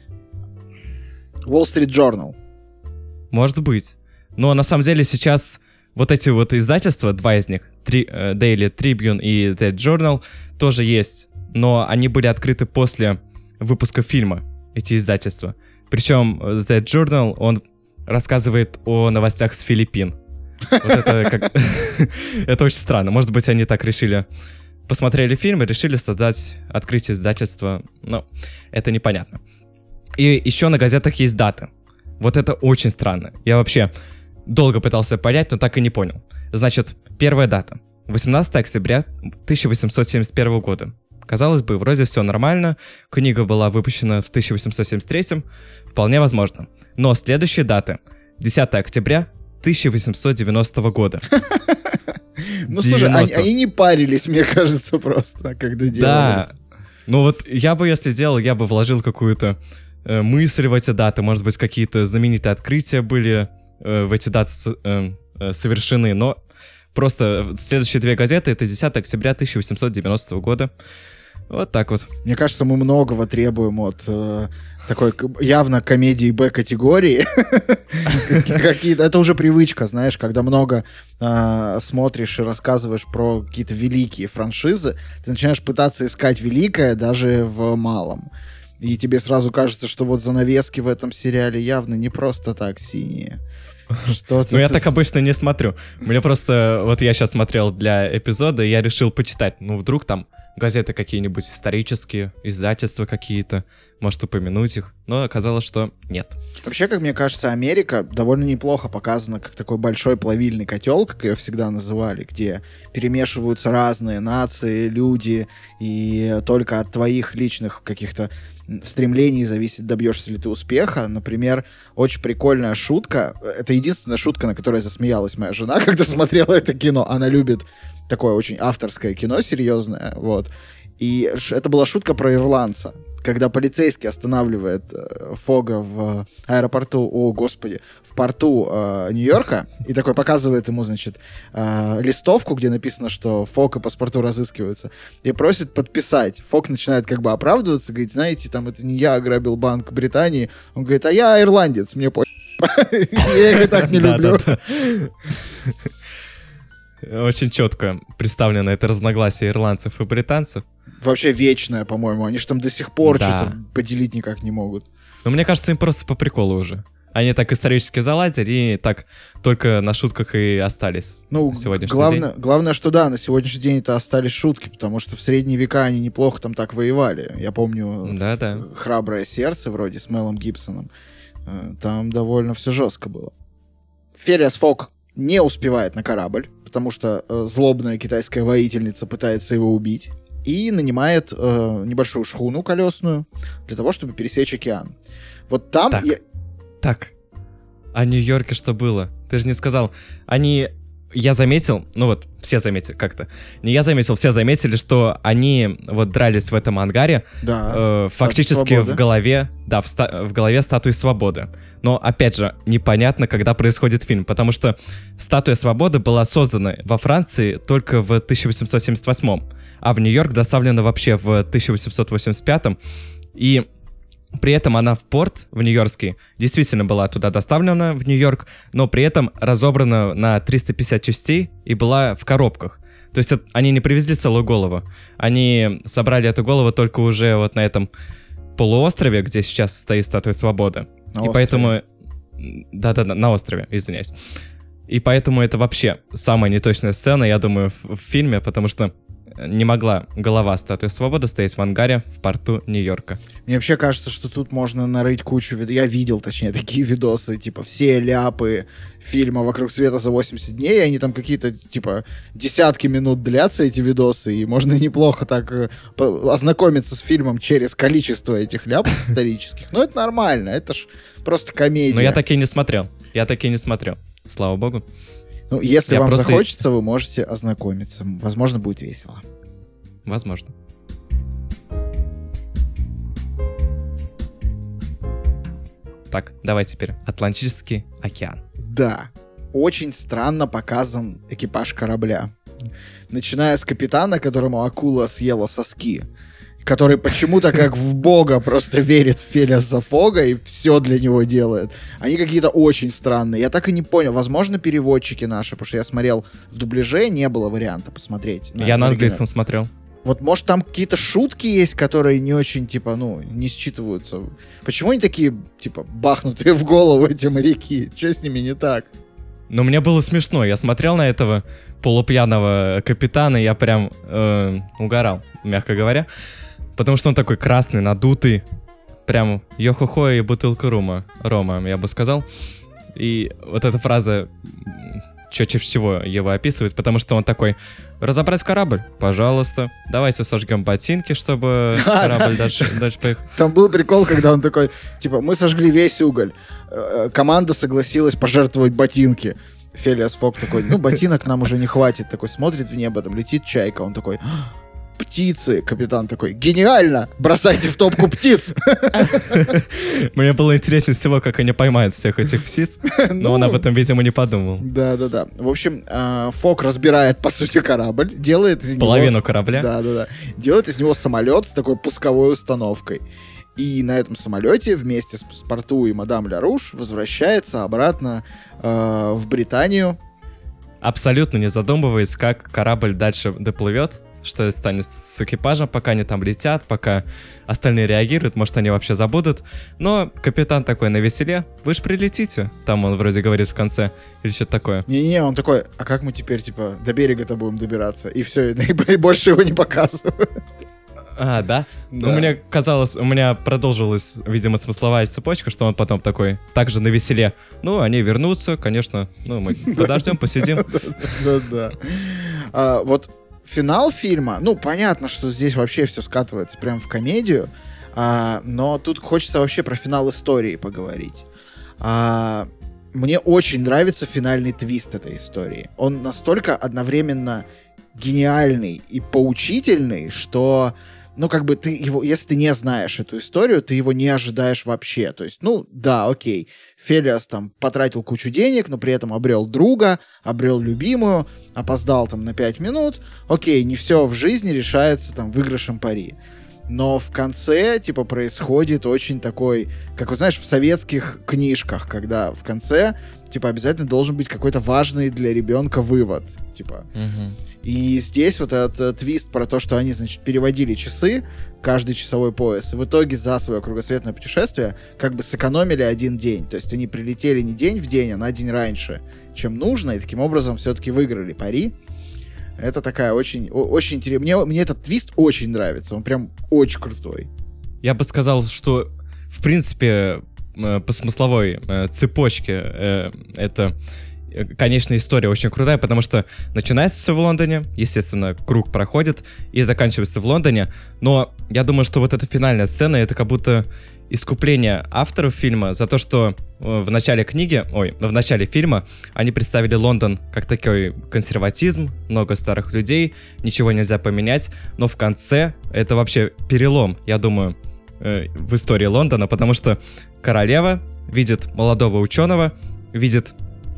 S1: Wall Street Journal.
S2: Может быть. Но на самом деле сейчас вот эти вот издательства, 2 из них, Daily Tribune и The Journal, тоже есть. Но они были открыты после выпуска фильма, эти издательства. Причем The Journal, он рассказывает о новостях с Филиппин. Вот это это очень странно. Может быть, они так решили. Посмотрели фильм и решили открыть издательство. Но это непонятно. И еще на газетах есть даты. Вот это очень странно. Я вообще долго пытался понять, но так и не понял. Значит, первая дата. 18 октября 1871 года. Казалось бы, вроде все нормально. Книга была выпущена в 1873. Вполне возможно. Но следующие даты. 10 октября 1890 года.
S1: Ну, слушай, они не парились, мне кажется, просто, когда делали.
S2: Да. Ну вот я бы, если делал, я бы вложил какую-то мысль в эти даты. Может быть, какие-то знаменитые открытия были в эти даты совершены. Но просто следующие 2 газеты — это 10 октября 1890 года. Вот так вот.
S1: Мне кажется, мы многого требуем от такой явно комедии Б-категории. Это уже привычка, знаешь, когда много смотришь и рассказываешь про какие-то великие франшизы, ты начинаешь пытаться искать великое даже в малом. И тебе сразу кажется, что вот занавески в этом сериале явно не просто так синие.
S2: Ну, я так обычно не смотрю. Мне просто... Вот я сейчас смотрел для эпизода, и я решил почитать. Ну, вдруг там газеты какие-нибудь исторические, издательства какие-то, может упомянуть их, но оказалось, что нет.
S1: Вообще, как мне кажется, Америка довольно неплохо показана как такой большой плавильный котел, как ее всегда называли, где перемешиваются разные нации, люди, и только от твоих личных каких-то стремлений зависит, добьешься ли ты успеха. Например, очень прикольная шутка, это единственная шутка, на которой засмеялась моя жена, когда смотрела это кино. Она любит такое очень авторское кино, серьезное, вот. И это была шутка про ирландца. Когда полицейский останавливает Фога в аэропорту, в порту Нью-Йорка, и такой показывает ему, значит, листовку, где написано, что Фог и паспорту разыскиваются, и просит подписать. Фог начинает как бы оправдываться, говорит, знаете, там это не я ограбил Банк Британии. Он говорит, а я ирландец, мне по***. Я их так не люблю.
S2: Очень четко представлено это разногласие ирландцев и британцев.
S1: Вообще вечное, по-моему. Они же там до сих пор что-то поделить никак не могут.
S2: Но мне кажется, им просто по приколу уже. Они так исторически заладили и так только на шутках и остались.
S1: Ну, главное, что да, на сегодняшний день это остались шутки, потому что в средние века они неплохо там так воевали. Я помню «Храброе сердце» вроде с Мелом Гибсоном. Там довольно все жестко было. Филиас Фог не успевает на корабль, потому что злобная китайская воительница пытается его убить, и нанимает небольшую шхуну колесную для того, чтобы пересечь океан. Вот там...
S2: Так, а в Нью-Йорке что было? Ты же не сказал. Я заметил, ну вот, все заметили как-то. Не я заметил, все заметили, что они вот дрались в этом ангаре, фактически в голове, в голове статуи свободы. Но, опять же, непонятно, когда происходит фильм, потому что статуя свободы была создана во Франции только в 1878, а в Нью-Йорк доставлена вообще в 1885, и при этом она в порт, в Нью-Йоркский, действительно была туда доставлена, в Нью-Йорк, но при этом разобрана на 350 частей и была в коробках. То есть они не привезли целую голову. Они собрали эту голову только уже вот на этом полуострове, где сейчас стоит статуя свободы.
S1: На острове.
S2: Поэтому... Да-да-да, на острове, извиняюсь. И поэтому это вообще самая неточная сцена, я думаю, в фильме, потому что не могла голова статуи свободы стоять в ангаре в порту Нью-Йорка.
S1: Мне вообще кажется, что тут можно нарыть кучу видосов. Я видел, точнее, такие видосы, типа, все ляпы фильма «Вокруг света за 80 дней», они там какие-то, типа, десятки минут длятся, эти видосы, и можно неплохо так ознакомиться с фильмом через количество этих ляпов исторических. Но это нормально, это ж просто комедия.
S2: Но я такие не смотрел. Слава богу.
S1: Ну, если вам захочется, вы можете ознакомиться. Возможно, будет весело.
S2: Возможно. Так, давай теперь. Атлантический океан.
S1: Да. Очень странно показан экипаж корабля. Начиная с капитана, которому акула съела соски, который почему-то как в бога просто верит в Филиаса Фога и все для него делает. Они какие-то очень странные. Я так и не понял. Возможно, переводчики наши, потому что я смотрел в дубляже, не было варианта посмотреть.
S2: Я на английском смотрел.
S1: Вот, может, там какие-то шутки есть, которые не очень, типа, не считываются. Почему они такие, типа, бахнутые в голову, эти моряки? Что с ними не так?
S2: Ну, мне было смешно. Я смотрел на этого полупьяного капитана, и я прям угорал, мягко говоря. Потому что он такой красный, надутый. Прям йо-хо-хо и бутылка рома, я бы сказал. И вот эта фраза чаще всего его описывает, потому что он такой: разобрать корабль? Пожалуйста. Давайте сожгем ботинки, чтобы корабль дальше поехал.
S1: Там был прикол, когда он такой, типа, мы сожгли весь уголь. Команда согласилась пожертвовать ботинки. Филиас Фог такой, ботинок нам уже не хватит. Такой смотрит в небо, там летит чайка. Он такой: птицы. Капитан такой: гениально! Бросайте в топку птиц!
S2: Мне было интереснее всего, как они поймают всех этих птиц, но он об этом, видимо, не подумал.
S1: Да-да-да. В общем, Фог разбирает, по сути, корабль, делает из него...
S2: Половину корабля?
S1: Да-да-да. Делает из него самолет с такой пусковой установкой. И на этом самолете вместе с Паспорту и мадам Ля Руж возвращается обратно в Британию.
S2: Абсолютно не задумываясь, как корабль дальше доплывет. что станет с экипажем, пока они там летят, пока остальные реагируют, может, они вообще забудут. Но капитан такой навеселе, вы же прилетите. Там он вроде говорит в конце, или что-то такое.
S1: Не-не, он такой, а как мы теперь, типа, до берега-то будем добираться? И все, и больше его не показывают.
S2: А, да? Ну, мне казалось, у меня продолжилась, видимо, смысловая цепочка, что он потом такой, также навеселе. Ну, они вернутся, конечно, ну, мы подождем, посидим.
S1: Да-да. Вот финал фильма, ну, понятно, что здесь вообще все скатывается прям в комедию, но тут хочется вообще про финал истории поговорить. Мне очень нравится финальный твист этой истории. Он настолько одновременно гениальный и поучительный, что... Ну, как бы ты его, если ты не знаешь эту историю, ты его не ожидаешь вообще. То есть, ну, да, окей, Фелиас там потратил кучу денег, но при этом обрел друга, обрел любимую, опоздал там на 5 минут. Окей, не все в жизни решается там выигрышем пари. Но в конце, типа, происходит очень такой, как, вы знаешь, в советских книжках, когда в конце, типа, обязательно должен быть какой-то важный для ребенка вывод, типа. И здесь вот этот твист про то, что они, значит, переводили часы, каждый часовой пояс, и в итоге за свое кругосветное путешествие как бы сэкономили 1 день. То есть они прилетели не день в день, а на день раньше, чем нужно, и таким образом все-таки выиграли пари. Это такая очень интересная... Мне этот твист очень нравится, он прям очень крутой.
S2: Я бы сказал, что, в принципе, по смысловой цепочке это... Конечно, история очень крутая, потому что начинается все в Лондоне, естественно, круг проходит и заканчивается в Лондоне, но я думаю, что вот эта финальная сцена, это как будто искупление авторов фильма за то, что в начале фильма они представили Лондон как такой консерватизм, много старых людей, ничего нельзя поменять, но в конце это вообще перелом, я думаю, в истории Лондона, потому что королева видит молодого ученого, видит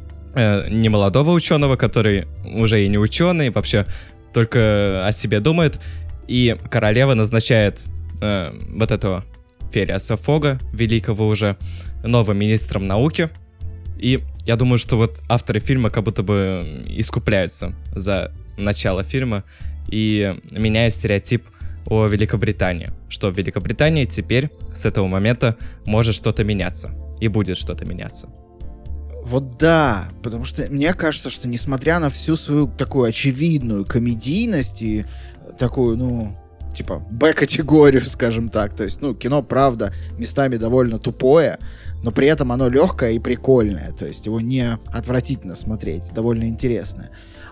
S2: не молодого ученого, который уже и не ученый, вообще только о себе думает, и королева назначает вот этого Фелиаса Фога, великого уже, новым министром науки, и я думаю, что вот авторы фильма как будто бы искупляются за начало фильма и меняют стереотип о Великобритании, что в Великобритании теперь с этого момента может что-то меняться, и будет что-то меняться.
S1: Вот да, потому что мне кажется, что несмотря на всю свою такую очевидную комедийность и такую, ну, типа, Б-категорию, скажем так, то есть, ну, кино, правда, местами довольно тупое, но при этом оно легкое и прикольное, то есть его не отвратительно смотреть, довольно интересное.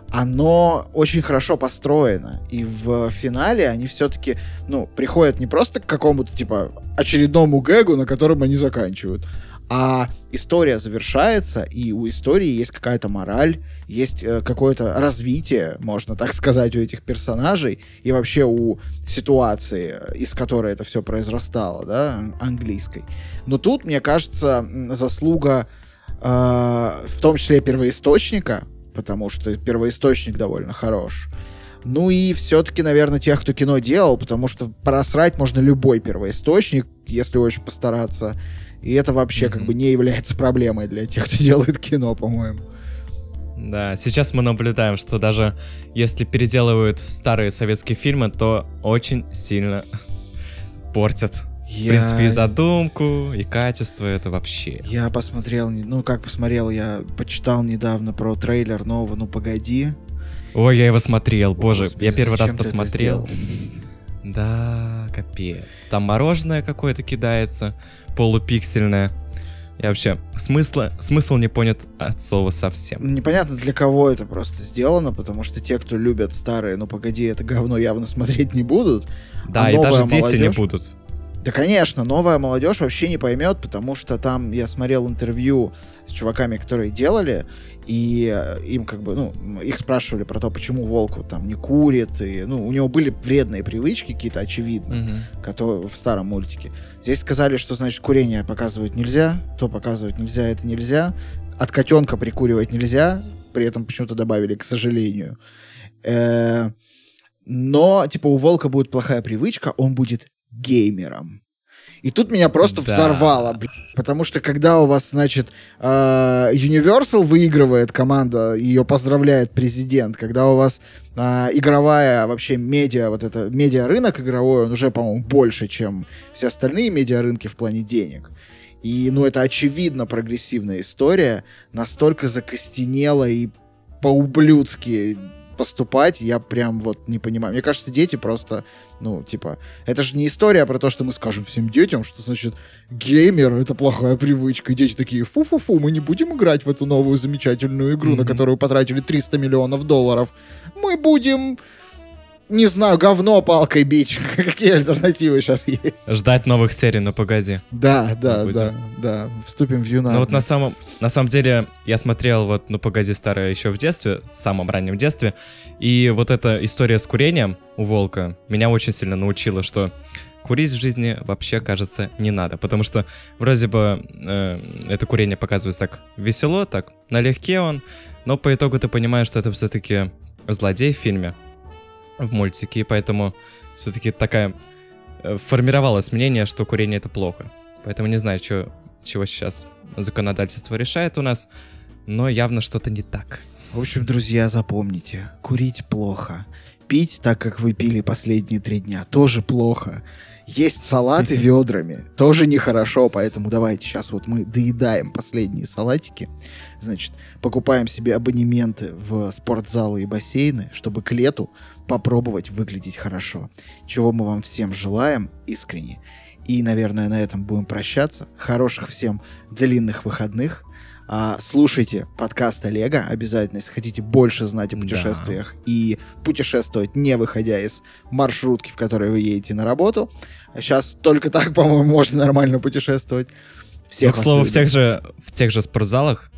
S1: Оно очень хорошо построено, и в финале они все-таки, ну, приходят не просто к какому-то, типа, очередному гэгу, на котором они заканчивают, а история завершается, и у истории есть какая-то мораль, есть какое-то развитие, можно так сказать, у этих персонажей, и вообще у ситуации, из которой это все произрастало, да, английской. Но тут, мне кажется, заслуга в том числе первоисточника, потому что первоисточник довольно хорош. Ну и все-таки, наверное, тех, кто кино делал, потому что просрать можно любой первоисточник, если очень постараться. И это вообще как бы не является проблемой для тех, кто делает кино, по-моему.
S2: Да, сейчас мы наблюдаем, что даже если переделывают старые советские фильмы, то очень сильно портят. В принципе, и задумку, и качество, это вообще.
S1: Я посмотрел, я почитал недавно про трейлер нового «Ну, погоди».
S2: Ой, я его смотрел, боже,
S1: Господи,
S2: я первый раз
S1: зачем ты это
S2: посмотрел. Да, капец. Там мороженое какое-то кидается, полупиксельное. И вообще, смысл не понят от слова совсем.
S1: Непонятно, для кого это просто сделано, потому что те, кто любят старые «Ну, погоди, это говно» явно смотреть не будут.
S2: Да, и даже дети не будут.
S1: Да, конечно, новая молодежь вообще не поймет, потому что там я смотрел интервью с чуваками, которые делали, и им как бы, ну, их спрашивали про то, почему Волк там не курит, и, ну, у него были вредные привычки какие-то, очевидно, которые в старом мультике. Здесь сказали, что, значит, курение показывать нельзя, то показывать нельзя, это нельзя, от котенка прикуривать нельзя, при этом почему-то добавили, к сожалению. Но, типа, у Волка будет плохая привычка, он будет геймером. И тут меня просто взорвало, потому что когда у вас, значит, Universal выигрывает команда, ее поздравляет президент, когда у вас игровая вообще медиа, вот это медиарынок игровой, он уже, по-моему, больше, чем все остальные медиарынки в плане денег. И, ну, это очевидно прогрессивная история, настолько закостенела и по-ублюдски поступать, я прям вот не понимаю. Мне кажется, дети просто, ну, типа, это же не история про то, что мы скажем всем детям, что, значит, геймер — это плохая привычка. И дети такие, фу-фу-фу, мы не будем играть в эту новую замечательную игру, на которую потратили $300 миллионов. Мы будем... Не знаю, говно палкой бить. Какие альтернативы сейчас есть?
S2: Ждать новых серий, но погоди.
S1: Да. Вступим в Юнар.
S2: Ну вот на самом деле я смотрел вот «Ну погоди» старое еще в детстве, в самом раннем детстве, и вот эта история с курением у волка меня очень сильно научила, что курить в жизни вообще, кажется, не надо, потому что вроде бы это курение показывается так весело, так налегке он, но по итогу ты понимаешь, что это все-таки злодей в фильме, в мультике, и поэтому все-таки такая формировалось мнение, что курение — это плохо. Поэтому не знаю, чего сейчас законодательство решает у нас, но явно что-то не так.
S1: В общем, друзья, запомните, курить плохо. Пить так, как вы пили последние 3 дня, тоже плохо. Есть салаты ведрами, тоже нехорошо, поэтому давайте сейчас вот мы доедаем последние салатики. Значит, покупаем себе абонементы в спортзалы и бассейны, чтобы к лету попробовать выглядеть хорошо. Чего мы вам всем желаем искренне. И, наверное, на этом будем прощаться. Хороших всем длинных выходных. Слушайте подкаст Олега обязательно, если хотите больше знать о путешествиях и путешествовать, не выходя из маршрутки, в которой вы едете на работу. Сейчас только так, по-моему, можно нормально путешествовать.
S2: Всех, к слову, в тех же спортзалах,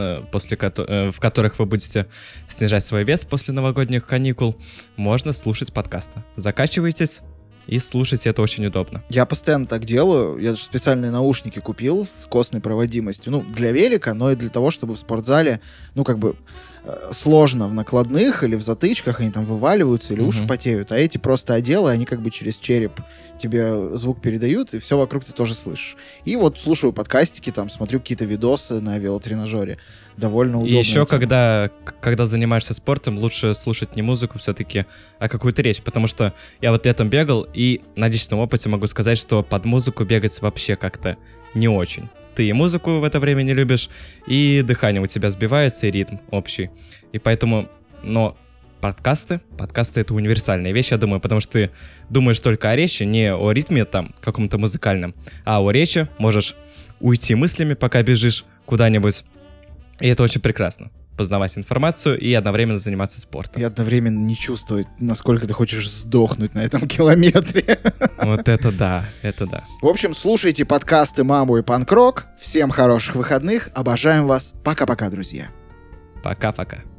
S2: в которых вы будете снижать свой вес после новогодних каникул, можно слушать подкасты. Закачивайтесь и слушайте, это очень удобно.
S1: Я постоянно так делаю. Я даже специальные наушники купил с костной проводимостью. Ну, для велика, но и для того, чтобы в спортзале, ну, как бы сложно в накладных или в затычках, они там вываливаются или уши потеют, а эти просто одел, и они как бы через череп тебе звук передают, и все вокруг ты тоже слышишь. И вот слушаю подкастики, там, смотрю какие-то видосы на велотренажере. Довольно удобно.
S2: И еще, когда занимаешься спортом, лучше слушать не музыку все-таки, а какую-то речь, потому что я вот летом бегал, и на личном опыте могу сказать, что под музыку бегать вообще как-то не очень. Ты и музыку в это время не любишь, и дыхание у тебя сбивается, и ритм общий. И поэтому, но подкасты это универсальная вещь, я думаю, потому что ты думаешь только о речи, не о ритме там каком-то музыкальном, а о речи, можешь уйти мыслями, пока бежишь куда-нибудь, и это очень прекрасно. Познавать информацию и одновременно заниматься спортом.
S1: И одновременно не чувствовать, насколько ты хочешь сдохнуть на этом километре.
S2: Вот это да, это да.
S1: В общем, слушайте подкасты «Маму» и «Панк-рок». Всем хороших выходных. Обожаем вас. Пока-пока, друзья.
S2: Пока-пока.